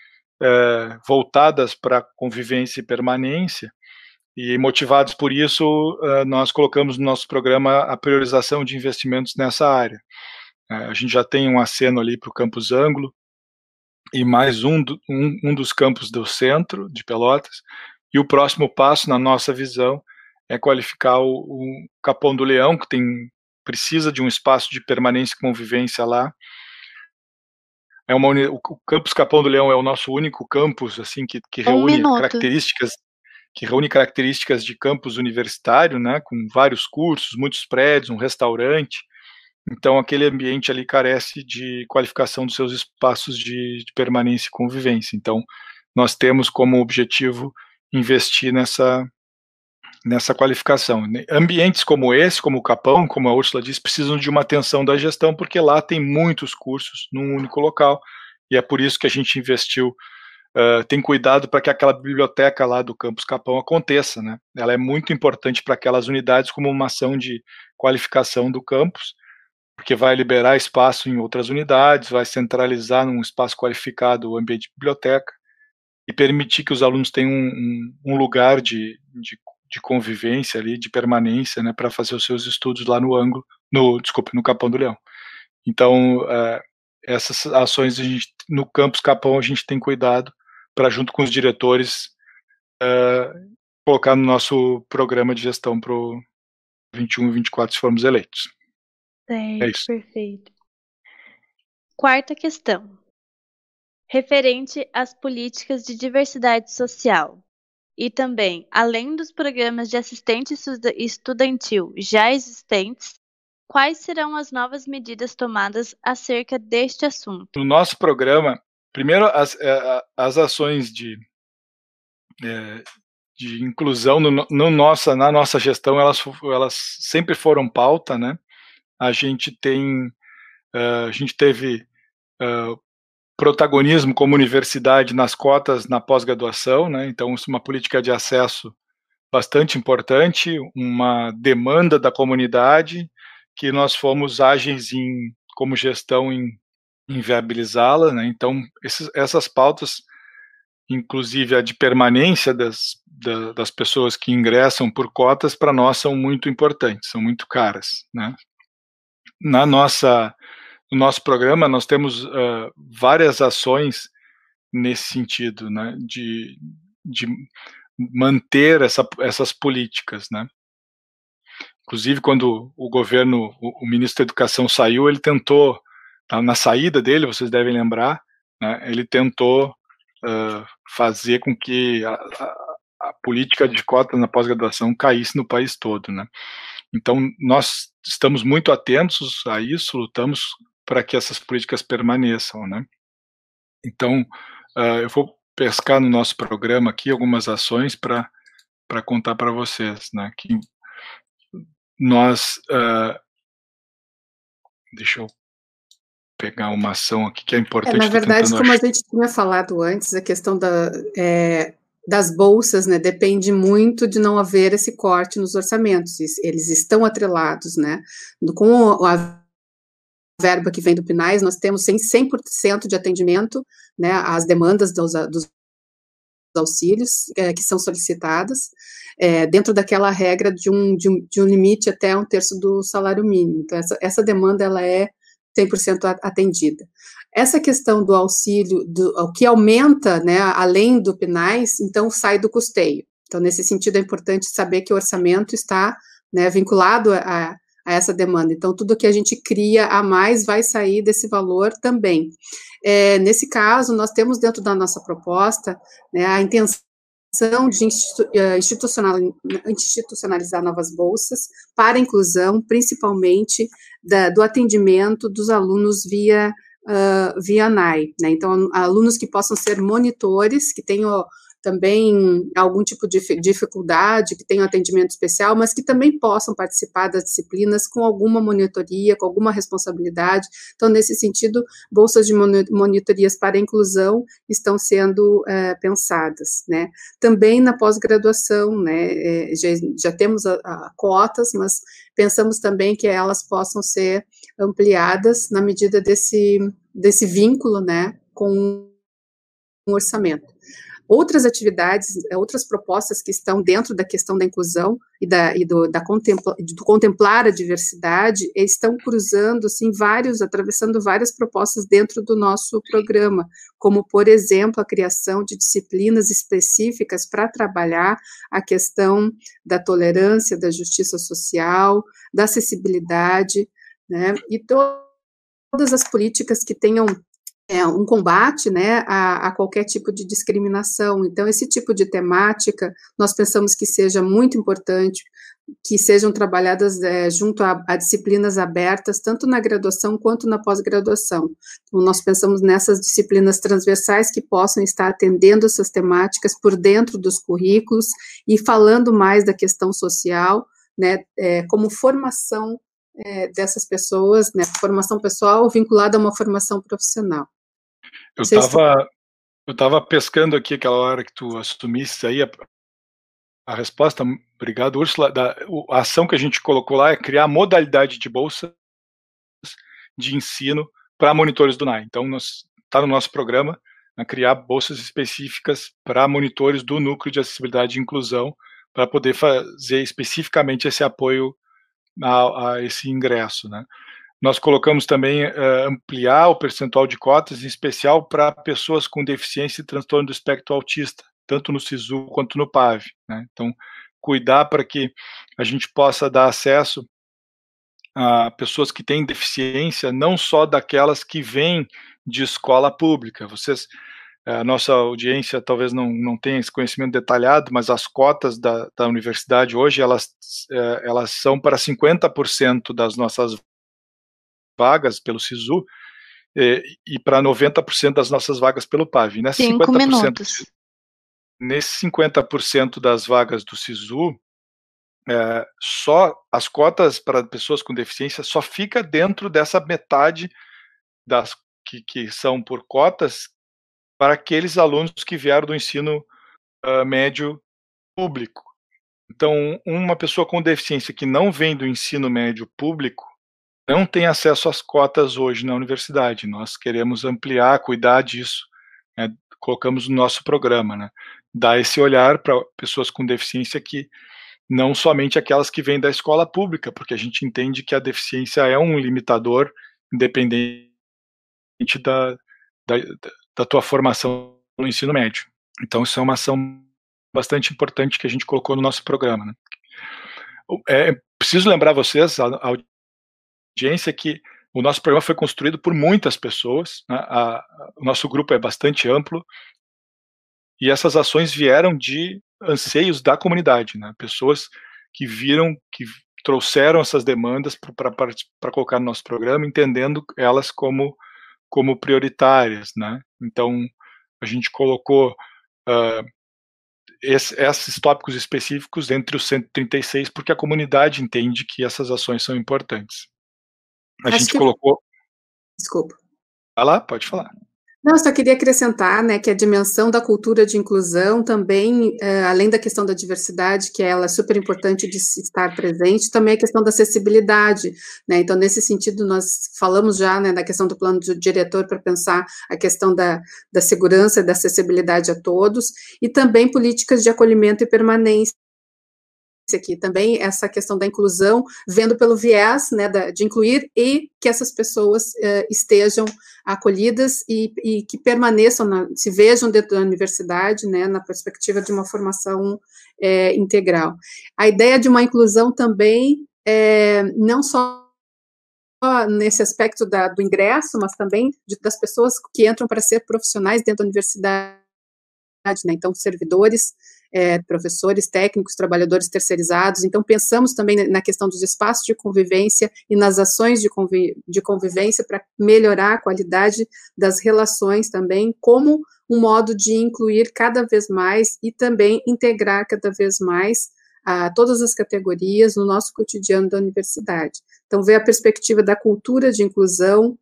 voltadas para convivência e permanência, e motivados por isso, nós colocamos no nosso programa a priorização de investimentos nessa área. A gente já tem um aceno ali para o Campus Ângulo, e mais um dos campos do centro de Pelotas, e o próximo passo, na nossa visão, é qualificar o Capão do Leão, que precisa de um espaço de permanência e convivência lá. O campus Capão do Leão é o nosso único campus assim, que reúne características de campus universitário, né, com vários cursos, muitos prédios, um restaurante. Então, aquele ambiente ali carece de qualificação dos seus espaços de permanência e convivência. Então, nós temos como objetivo investir nessa qualificação. Ambientes como esse, como o Capão, como a Úrsula disse, precisam de uma atenção da gestão, porque lá tem muitos cursos num único local, e é por isso que a gente investiu, tem cuidado para que aquela biblioteca lá do Campus Capão aconteça, né? Ela é muito importante para aquelas unidades como uma ação de qualificação do campus, porque vai liberar espaço em outras unidades, vai centralizar num espaço qualificado o ambiente de biblioteca e permitir que os alunos tenham um lugar de convivência ali, de permanência, né, para fazer os seus estudos lá no Capão do Leão. Então, essas ações no Campus Capão a gente tem cuidado para, junto com os diretores, colocar no nosso programa de gestão para o 21 e 24, se formos eleitos. Certo, é isso. Perfeito. Quarta questão. Referente às políticas de diversidade social. E também, além dos programas de assistente estudantil já existentes, quais serão as novas medidas tomadas acerca deste assunto? No nosso programa, primeiro, as ações de inclusão na nossa gestão, elas sempre foram pauta, né? A gente teve protagonismo como universidade nas cotas na pós-graduação, né? Então isso é uma política de acesso bastante importante, uma demanda da comunidade que nós fomos ágeis como gestão em viabilizá-la, né? Então essas pautas, inclusive a de permanência das pessoas que ingressam por cotas, para nós são muito importantes, são muito caras, né? No nosso programa, nós temos várias ações nesse sentido, né, de manter essas políticas, né. Inclusive, quando o ministro da Educação saiu, ele tentou, na saída dele, vocês devem lembrar, né, ele tentou fazer com que a política de cotas na pós-graduação caísse no país todo, né? Então, nós estamos muito atentos a isso, lutamos para que essas políticas permaneçam, né? Então, eu vou pescar no nosso programa aqui algumas ações para contar para vocês, né? Que nós, deixa eu pegar uma ação aqui que é importante. Na verdade, como a gente tinha falado antes, a questão das bolsas, né, depende muito de não haver esse corte nos orçamentos. Eles estão atrelados, né? Com a verba que vem do PNAES, nós temos 100% de atendimento, né, às demandas dos auxílios que são solicitadas, dentro daquela regra de um limite até 1/3 do salário mínimo. Então, essa demanda, ela é 100% atendida. Essa questão do auxílio, o que aumenta, né, além do PNAES, então sai do custeio. Então, nesse sentido, é importante saber que o orçamento está, né, vinculado a essa demanda. Então, tudo que a gente cria a mais vai sair desse valor também. Nesse caso, nós temos dentro da nossa proposta, né, a intenção de institucionalizar novas bolsas para a inclusão, principalmente do atendimento dos alunos via NAI, né? Então, alunos que possam ser monitores, que tenham também algum tipo de dificuldade, que tenham atendimento especial, mas que também possam participar das disciplinas com alguma monitoria, com alguma responsabilidade. Então, nesse sentido, bolsas de monitorias para a inclusão estão sendo pensadas, né? Também na pós-graduação, né, já temos cotas, mas pensamos também que elas possam ser ampliadas na medida desse vínculo, né, com o orçamento. Outras atividades, outras propostas que estão dentro da questão da inclusão do contemplar a diversidade, estão cruzando, assim, atravessando várias propostas dentro do nosso programa, como, por exemplo, a criação de disciplinas específicas para trabalhar a questão da tolerância, da justiça social, da acessibilidade, né, e todas as políticas que tenham um combate, né, a qualquer tipo de discriminação. Então, esse tipo de temática, nós pensamos que seja muito importante, que sejam trabalhadas junto a disciplinas abertas, tanto na graduação quanto na pós-graduação. Então, nós pensamos nessas disciplinas transversais que possam estar atendendo essas temáticas por dentro dos currículos e falando mais da questão social, né, como formação dessas pessoas, né, formação pessoal vinculada a uma formação profissional. Eu estava pescando aqui aquela hora que tu assumisse aí a resposta. Obrigado, Úrsula. A ação que a gente colocou lá é criar modalidade de bolsa de ensino para monitores do NAI. Então, está no nosso programa, né, criar bolsas específicas para monitores do Núcleo de Acessibilidade e Inclusão, para poder fazer especificamente esse apoio a esse ingresso, né? Nós colocamos também ampliar o percentual de cotas, em especial para pessoas com deficiência e transtorno do espectro autista, tanto no SISU quanto no PAV, né? Então, cuidar para que a gente possa dar acesso a pessoas que têm deficiência, não só daquelas que vêm de escola pública. A nossa audiência talvez não tenha esse conhecimento detalhado, mas as cotas da universidade hoje, elas são para 50% das nossas vagas pelo SISU e para 90% das nossas vagas pelo PAV. Nesse 5 minutos. Nesses 50% das vagas do SISU, só as cotas para pessoas com deficiência só fica dentro dessa metade das que são por cotas para aqueles alunos que vieram do ensino médio público. Então, uma pessoa com deficiência que não vem do ensino médio público não tem acesso às cotas hoje na universidade. Nós queremos ampliar, cuidar disso, né? Colocamos no nosso programa, né? Dar esse olhar para pessoas com deficiência, que não somente aquelas que vêm da escola pública, porque a gente entende que a deficiência é um limitador, independente da tua formação no ensino médio. Então, isso é uma ação bastante importante que a gente colocou no nosso programa, né? Preciso lembrar vocês, a audiência, que o nosso programa foi construído por muitas pessoas, né? O nosso grupo é bastante amplo, e essas ações vieram de anseios da comunidade, né? Pessoas que viram, que trouxeram essas demandas para colocar no nosso programa, entendendo elas como prioritárias, né? Então, a gente colocou esses tópicos específicos entre os 136, porque a comunidade entende que essas ações são importantes. A gente colocou... Desculpa. Vai lá, pode falar. Não, eu só queria acrescentar, né, que a dimensão da cultura de inclusão também, além da questão da diversidade, que ela é super importante de estar presente, também a questão da acessibilidade, né, então nesse sentido nós falamos já, né, da questão do plano do diretor para pensar a questão da segurança e da acessibilidade a todos, e também políticas de acolhimento e permanência, aqui também essa questão da inclusão, vendo pelo viés, né, de incluir e que essas pessoas estejam acolhidas e que permaneçam, se vejam dentro da universidade, né, na perspectiva de uma formação integral. A ideia de uma inclusão também, não só nesse aspecto do ingresso, mas também das pessoas que entram para ser profissionais dentro da universidade, né, então servidores, professores, técnicos, trabalhadores terceirizados, então pensamos também na questão dos espaços de convivência e nas ações de convivência para melhorar a qualidade das relações também, como um modo de incluir cada vez mais e também integrar cada vez mais todas as categorias no nosso cotidiano da universidade. Então, ver a perspectiva da cultura de inclusão,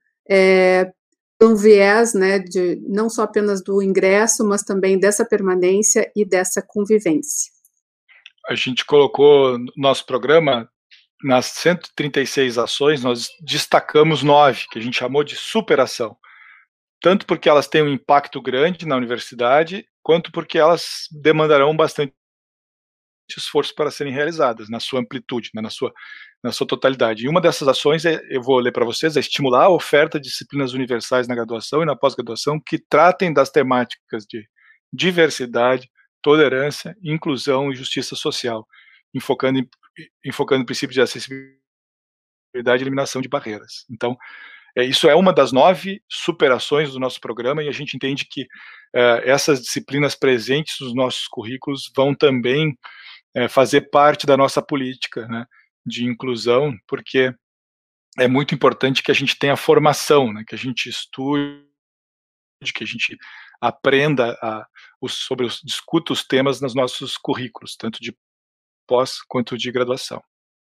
um viés, né, não só apenas do ingresso, mas também dessa permanência e dessa convivência. A gente colocou no nosso programa, nas 136 ações, nós destacamos 9, que a gente chamou de superação, tanto porque elas têm um impacto grande na universidade, quanto porque elas demandarão bastante esforço para serem realizadas, na sua amplitude, né, na sua totalidade. E uma dessas ações, eu vou ler para vocês, é estimular a oferta de disciplinas universais na graduação e na pós-graduação que tratem das temáticas de diversidade, tolerância, inclusão e justiça social, enfocando em princípios de acessibilidade e eliminação de barreiras. Então, isso é uma das 9 superações do nosso programa, e a gente entende que essas disciplinas presentes nos nossos currículos vão também fazer parte da nossa política, né, de inclusão, porque é muito importante que a gente tenha formação, né, que a gente estude, que a gente aprenda discuta os temas nos nossos currículos, tanto de pós quanto de graduação.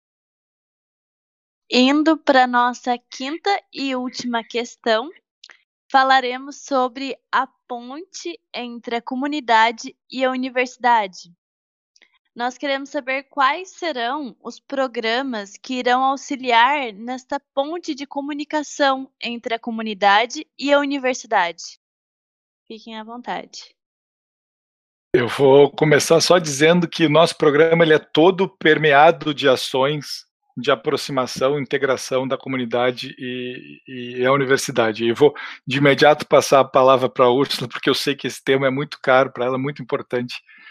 Indo para a nossa quinta e última questão, falaremos sobre a ponte entre a comunidade e a universidade. Nós queremos saber quais serão os programas que irão auxiliar nesta ponte de comunicação entre a comunidade e a universidade. Fiquem à vontade. Eu vou começar só dizendo que o nosso programa ele é todo permeado de ações de aproximação, integração da comunidade e a universidade. Eu vou de imediato passar a palavra para a Úrsula, porque eu sei que esse tema é muito caro para ela, muito importante.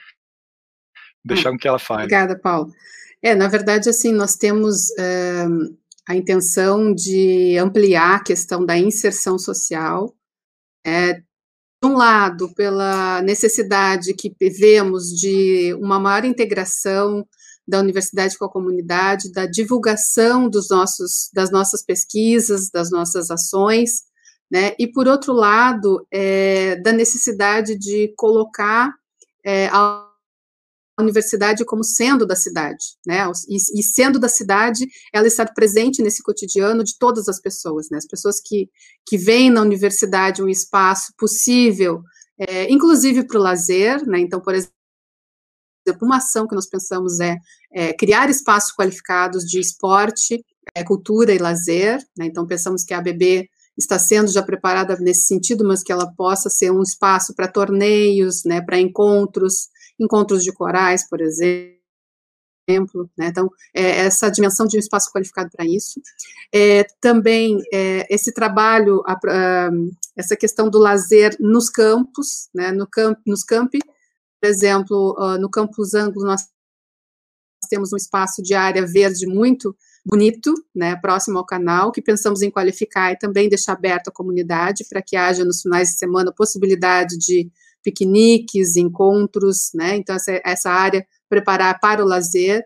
Deixar com que ela fale. Obrigada, Paulo. Na verdade, assim, nós temos a intenção de ampliar a questão da inserção social, de um lado, pela necessidade que vemos de uma maior integração da universidade com a comunidade, da divulgação das nossas pesquisas, das nossas ações, né, e, por outro lado, da necessidade de colocar a universidade como sendo da cidade, né, e sendo da cidade, ela estar presente nesse cotidiano de todas as pessoas, né, as pessoas que veem na universidade um espaço possível, inclusive para o lazer, né, então, por exemplo, uma ação que nós pensamos criar espaços qualificados de esporte, cultura e lazer, né, então pensamos que a ABB está sendo já preparada nesse sentido, mas que ela possa ser um espaço para torneios, né, para encontros de corais, por exemplo, né, então, essa dimensão de um espaço qualificado para isso. Também, esse trabalho, essa questão do lazer nos campos, né, nos campi, por exemplo, no Campus Anglo, nós temos um espaço de área verde muito bonito, né, próximo ao canal, que pensamos em qualificar e também deixar aberto à comunidade, para que haja nos finais de semana a possibilidade de piqueniques, encontros, né? Então, essa área preparar para o lazer,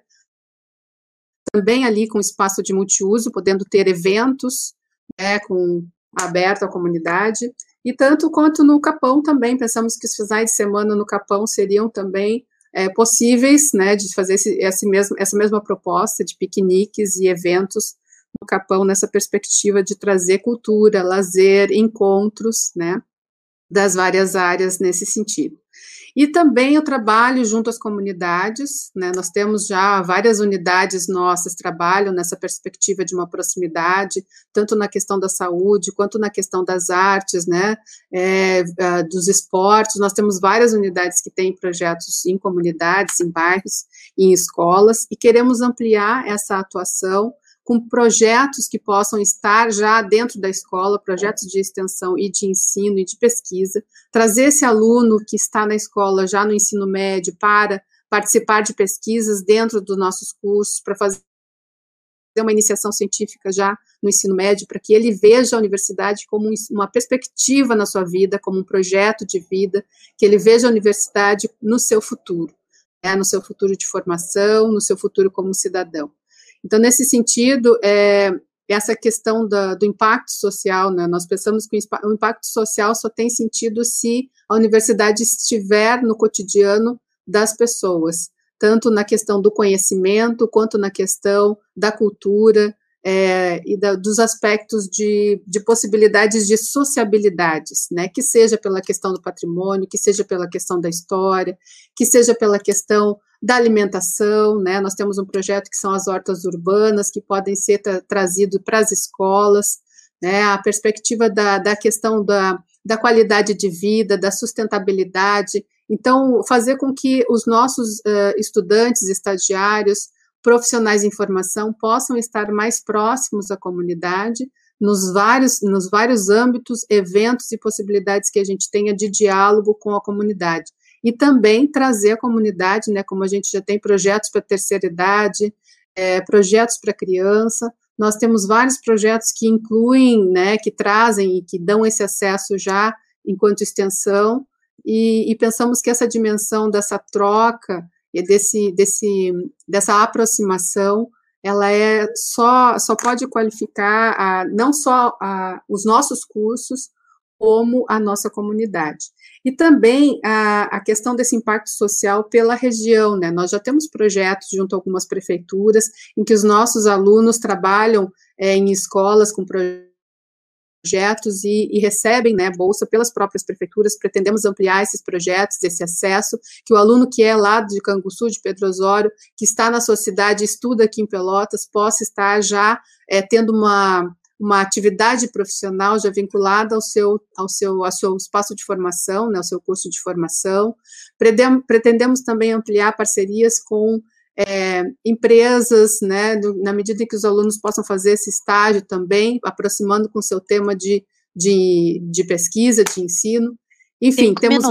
também ali com espaço de multiuso, podendo ter eventos, né, aberto à comunidade, e tanto quanto no Capão também, pensamos que os finais de semana no Capão seriam também possíveis, né, de fazer essa mesma proposta de piqueniques e eventos no Capão, nessa perspectiva de trazer cultura, lazer, encontros, né, das várias áreas nesse sentido. E também o trabalho junto às comunidades, né, nós temos já várias unidades nossas que trabalham nessa perspectiva de uma proximidade, tanto na questão da saúde, quanto na questão das artes, né, dos esportes. Nós temos várias unidades que têm projetos em comunidades, em bairros, em escolas, e queremos ampliar essa atuação com projetos que possam estar já dentro da escola, projetos de extensão e de ensino e de pesquisa, trazer esse aluno que está na escola já no ensino médio para participar de pesquisas dentro dos nossos cursos, para fazer uma iniciação científica já no ensino médio, para que ele veja a universidade como uma perspectiva na sua vida, como um projeto de vida, que ele veja a universidade no seu futuro, né, no seu futuro de formação, no seu futuro como cidadão. Então, nesse sentido, essa questão do impacto social, né, nós pensamos que o impacto social só tem sentido se a universidade estiver no cotidiano das pessoas, tanto na questão do conhecimento, quanto na questão da cultura, e dos aspectos de possibilidades de sociabilidades, né, que seja pela questão do patrimônio, que seja pela questão da história, que seja pela questão da alimentação, né, nós temos um projeto que são as hortas urbanas, que podem ser trazidos para as escolas, né, a perspectiva da questão da qualidade de vida, da sustentabilidade. Então, fazer com que os nossos estudantes, estagiários, profissionais em formação possam estar mais próximos à comunidade, nos vários âmbitos, eventos e possibilidades que a gente tenha de diálogo com a comunidade. E também trazer a comunidade, né, como a gente já tem projetos para a terceira idade, projetos para criança, nós temos vários projetos que incluem, né, que trazem e que dão esse acesso já enquanto extensão, e pensamos que essa dimensão dessa troca e dessa aproximação, ela só pode qualificar não só os nossos cursos, como a nossa comunidade. E também a questão desse impacto social pela região, né? Nós já temos projetos junto a algumas prefeituras, em que os nossos alunos trabalham em escolas com projetos e recebem, né, bolsa pelas próprias prefeituras. Pretendemos ampliar esses projetos, esse acesso, que o aluno que é lá de Canguçu, de Pedro Osório, que está na sua cidade, estuda aqui em Pelotas, possa estar já tendo uma atividade profissional já vinculada ao seu espaço de formação, né, ao seu curso de formação. Pretendemos também ampliar parcerias com empresas, né, na medida em que os alunos possam fazer esse estágio também, aproximando com o seu tema de pesquisa, de ensino. Enfim, temos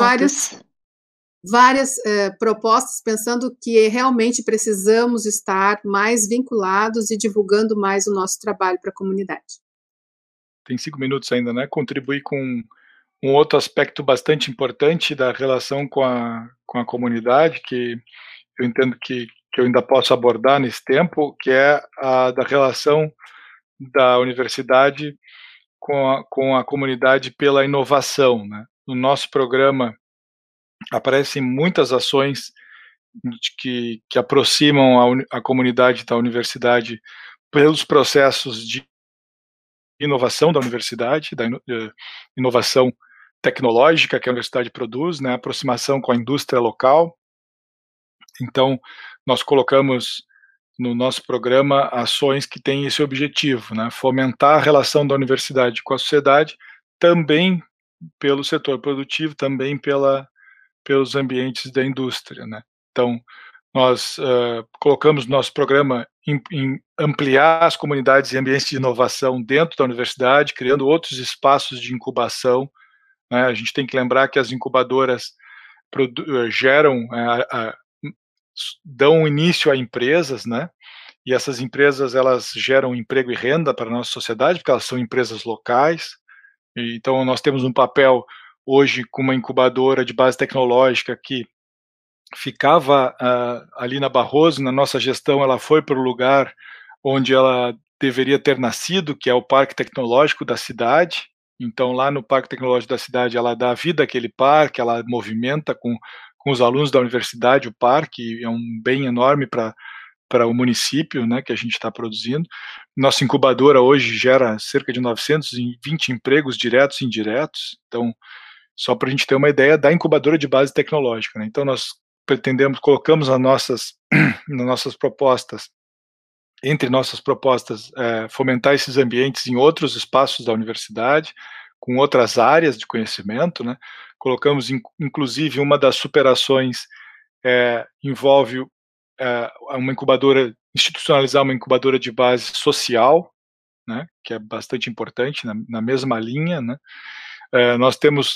várias propostas, pensando que realmente precisamos estar mais vinculados e divulgando mais o nosso trabalho para a comunidade. Tem 5 minutos ainda, né? Contribuir com um outro aspecto bastante importante da relação com a comunidade, que eu entendo que eu ainda posso abordar nesse tempo, que é a da relação da universidade com a comunidade pela inovação, né? No nosso programa aparecem muitas ações que aproximam a comunidade da universidade pelos processos de inovação da universidade, da inovação tecnológica que a universidade produz, né, aproximação com a indústria local. Então, nós colocamos no nosso programa ações que têm esse objetivo, né, fomentar a relação da universidade com a sociedade, também pelo setor produtivo, também pelos ambientes da indústria, né. Então, nós colocamos no nosso programa em ampliar as comunidades e ambientes de inovação dentro da universidade, criando outros espaços de incubação, né. A gente tem que lembrar que as incubadoras dão início a empresas, né, e essas empresas, elas geram emprego e renda para a nossa sociedade, porque elas são empresas locais. Então, nós temos um papel hoje com uma incubadora de base tecnológica que ficava ali na Barroso. Na nossa gestão, ela foi para o lugar onde ela deveria ter nascido, que é o Parque Tecnológico da cidade. Então, lá no Parque Tecnológico da cidade, ela dá vida àquele parque, ela movimenta com os alunos da universidade o parque, é um bem enorme para o município, né, que a gente está produzindo. Nossa incubadora hoje gera cerca de 920 empregos diretos e indiretos. Então, só para a gente ter uma ideia da incubadora de base tecnológica, né? Então, nós colocamos nas nossas propostas, entre nossas propostas, fomentar esses ambientes em outros espaços da universidade, com outras áreas de conhecimento, né? Colocamos, inclusive, uma das superações envolve uma incubadora, institucionalizar uma incubadora de base social, né? Que é bastante importante, na mesma linha, né? Nós temos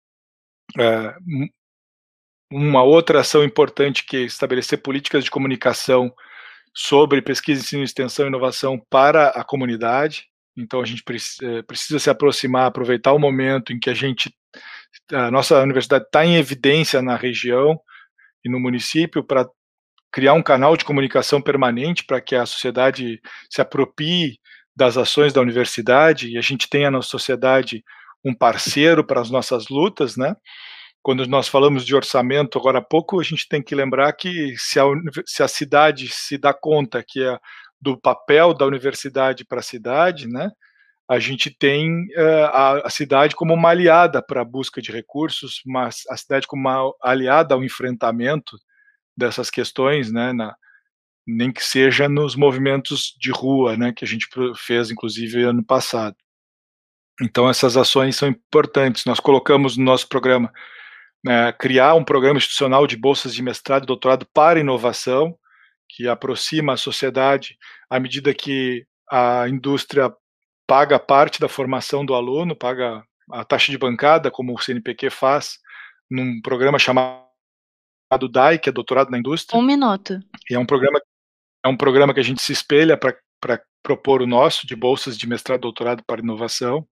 uma outra ação importante, que é estabelecer políticas de comunicação sobre pesquisa, ensino, extensão e inovação para a comunidade. Então, a gente precisa se aproximar, aproveitar o momento em que a nossa universidade está em evidência na região e no município, para criar um canal de comunicação permanente para que a sociedade se aproprie das ações da universidade e a gente tenha na sociedade um parceiro para as nossas lutas, né? Quando nós falamos de orçamento agora há pouco, a gente tem que lembrar que se a cidade se dá conta que é do papel da universidade para a cidade, né, a gente tem a cidade como uma aliada para a busca de recursos, mas a cidade como uma aliada ao enfrentamento dessas questões, né, nem que seja nos movimentos de rua, né, que a gente fez, inclusive, ano passado. Então, essas ações são importantes. Nós colocamos no nosso programa criar um programa institucional de bolsas de mestrado e doutorado para inovação, que aproxima a sociedade à medida que a indústria paga parte da formação do aluno, paga a taxa de bancada, como o CNPq faz, num programa chamado DAI, que é Doutorado na Indústria. 1 minuto. E é um programa que a gente se espelha para propor o nosso, de bolsas de mestrado e doutorado para inovação.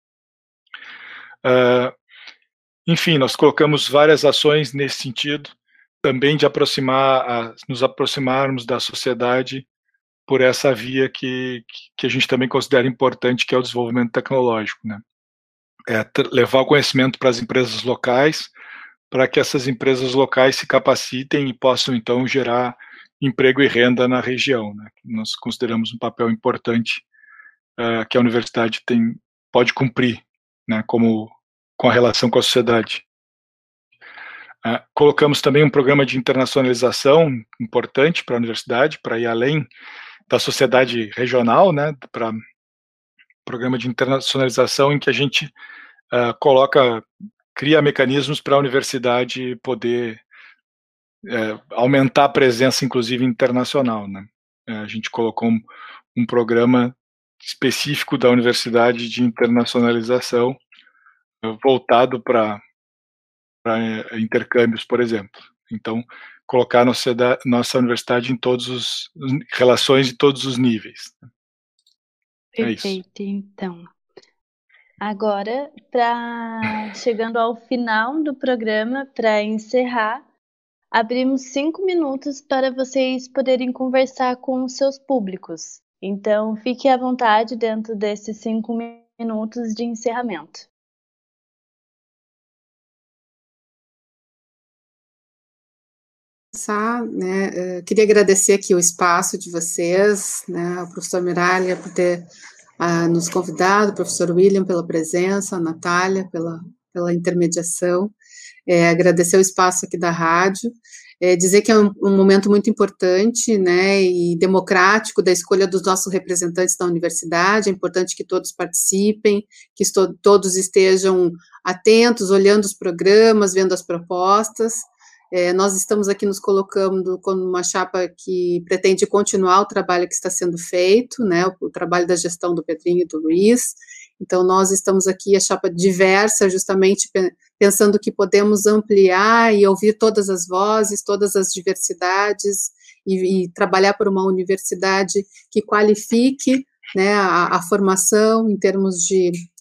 Enfim, nós colocamos várias ações nesse sentido, também de nos aproximarmos da sociedade por essa via que a gente também considera importante, que é o desenvolvimento tecnológico, né? Levar o conhecimento para as empresas locais, para que essas empresas locais se capacitem e possam, então, gerar emprego e renda na região, né? Nós consideramos um papel importante que a universidade pode cumprir, né, com a relação com a sociedade. Colocamos também um programa de internacionalização importante para a universidade, para ir além da sociedade regional, né, para programa de internacionalização em que a gente cria mecanismos para a universidade poder aumentar a presença, inclusive, internacional, né. A gente colocou um programa específico da universidade de internacionalização voltado para intercâmbios, por exemplo. Então, colocar nossa universidade em relações de todos os níveis. Perfeito, então. Agora, chegando ao final do programa, para encerrar, abrimos 5 minutos para vocês poderem conversar com os seus públicos. Então, fique à vontade dentro desses 5 minutos de encerramento. Queria agradecer aqui o espaço de vocês, né, ao professor Miralha por ter nos convidado, o professor William pela presença, a Natália pela intermediação, agradecer o espaço aqui da rádio, dizer que é um momento muito importante, né, e democrático da escolha dos nossos representantes da universidade. É importante que todos participem, que todos estejam atentos, olhando os programas, vendo as propostas. Nós estamos aqui nos colocando como uma chapa que pretende continuar o trabalho que está sendo feito, né, o trabalho da gestão do Pedrinho e do Luiz. Então, nós estamos aqui, a chapa diversa, justamente pensando que podemos ampliar e ouvir todas as vozes, todas as diversidades, e trabalhar por uma universidade que qualifique, né, a formação em termos de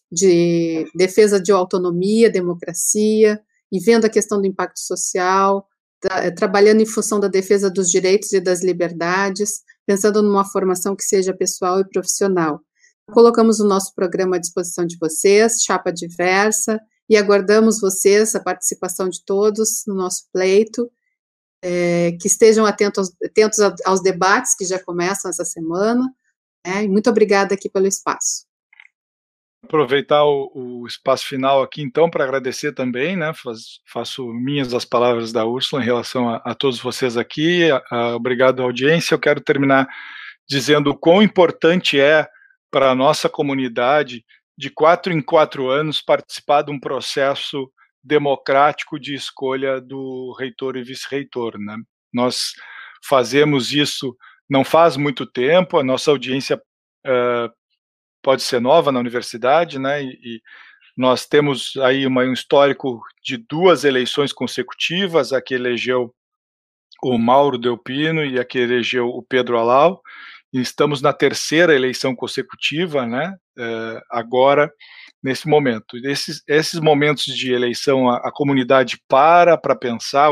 de defesa de autonomia, democracia, e vendo a questão do impacto social, trabalhando em função da defesa dos direitos e das liberdades, pensando numa formação que seja pessoal e profissional. Colocamos o nosso programa à disposição de vocês, Chapa Diversa, e aguardamos vocês, a participação de todos no nosso pleito, que estejam atentos aos debates que já começam essa semana, e muito obrigada aqui pelo espaço. Aproveitar o espaço final aqui, então, para agradecer também, né, faço minhas as palavras da Úrsula em relação a todos vocês aqui, obrigado à audiência. Eu quero terminar dizendo o quão importante é para a nossa comunidade, de 4 em 4 anos, participar de um processo democrático de escolha do reitor e vice-reitor, né? Nós fazemos isso não faz muito tempo, a nossa audiência pode ser nova na universidade, né, e nós temos aí um histórico de 2 eleições consecutivas, a que elegeu o Mauro Delpino e a que elegeu o Pedro Alau, e estamos na 3ª eleição consecutiva, né, agora, nesse momento. Esses momentos de eleição, a comunidade para pensar o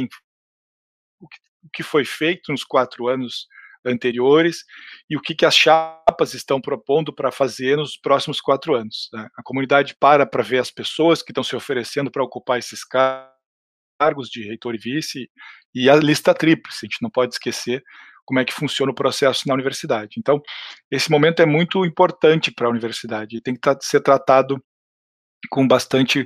que foi feito nos 4 anos anteriores e o que as chapas estão propondo para fazer nos próximos 4 anos. Né? A comunidade para ver as pessoas que estão se oferecendo para ocupar esses cargos de reitor e vice, e a lista tríplice. A gente não pode esquecer como é que funciona o processo na universidade. Então, esse momento é muito importante para a universidade e tem que ser tratado com bastante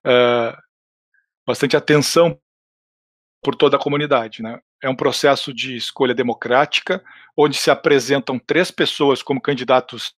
atenção por toda a comunidade, né? É um processo de escolha democrática, onde se apresentam 3 pessoas como candidatos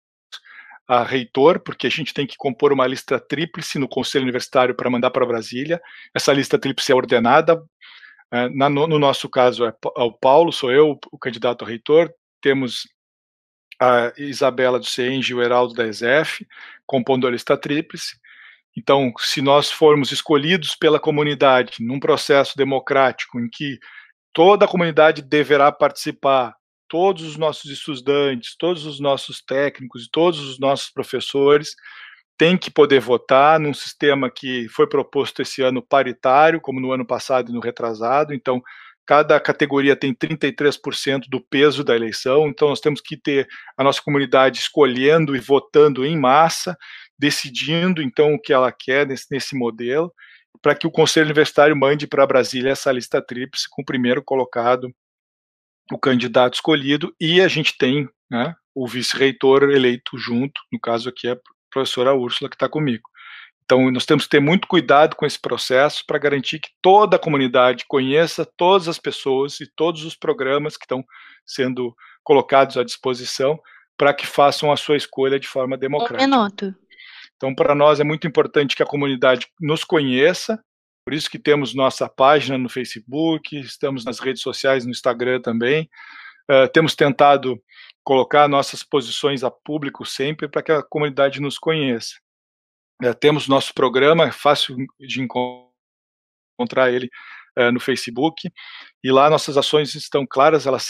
a reitor, porque a gente tem que compor uma lista tríplice no Conselho Universitário para mandar para Brasília. Essa lista tríplice é ordenada. No nosso caso é o Paulo, sou eu, o candidato a reitor. Temos a Isabela do CENG e o Heraldo da ESEF, compondo a lista tríplice. Então, se nós formos escolhidos pela comunidade num processo democrático em que toda a comunidade deverá participar, todos os nossos estudantes, todos os nossos técnicos e todos os nossos professores têm que poder votar num sistema que foi proposto esse ano paritário, como no ano passado e no retrasado. Então, cada categoria tem 33% do peso da eleição, então nós temos que ter a nossa comunidade escolhendo e votando em massa, decidindo então o que ela quer nesse modelo, para que o Conselho Universitário mande para Brasília essa lista tríplice com o primeiro colocado, o candidato escolhido, e a gente tem, né, o vice-reitor eleito junto, no caso aqui é a professora Úrsula que está comigo. Então nós temos que ter muito cuidado com esse processo para garantir que toda a comunidade conheça todas as pessoas e todos os programas que estão sendo colocados à disposição para que façam a sua escolha de forma democrática. 1 minuto. Então, para nós é muito importante que a comunidade nos conheça, por isso que temos nossa página no Facebook, estamos nas redes sociais, no Instagram também, temos tentado colocar nossas posições a público sempre para que a comunidade nos conheça. Temos nosso programa, é fácil de encontrar ele no Facebook, e lá nossas ações estão claras, elas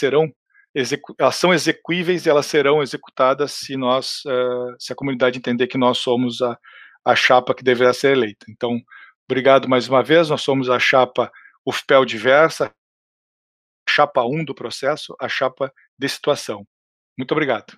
são execuíveis e elas serão executadas se a comunidade entender que nós somos a chapa que deverá ser eleita. Então, obrigado mais uma vez, nós somos a chapa UFPEL Diversa, a chapa 1 do processo, a chapa de situação. Muito obrigado.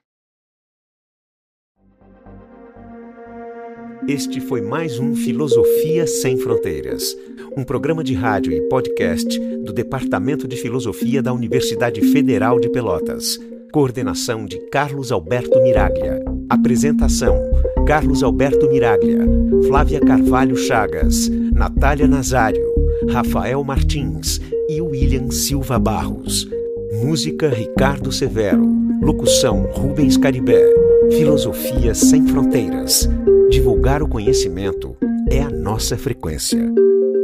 Este foi mais um Filosofia Sem Fronteiras, um programa de rádio e podcast do Departamento de Filosofia da Universidade Federal de Pelotas. Coordenação de Carlos Alberto Miraglia. Apresentação: Carlos Alberto Miraglia, Flávia Carvalho Chagas, Natália Nazário, Rafael Martins e William Silva Barros. Música: Ricardo Severo. Locução: Rubens Caribé. Filosofia Sem Fronteiras. Divulgar o conhecimento é a nossa frequência.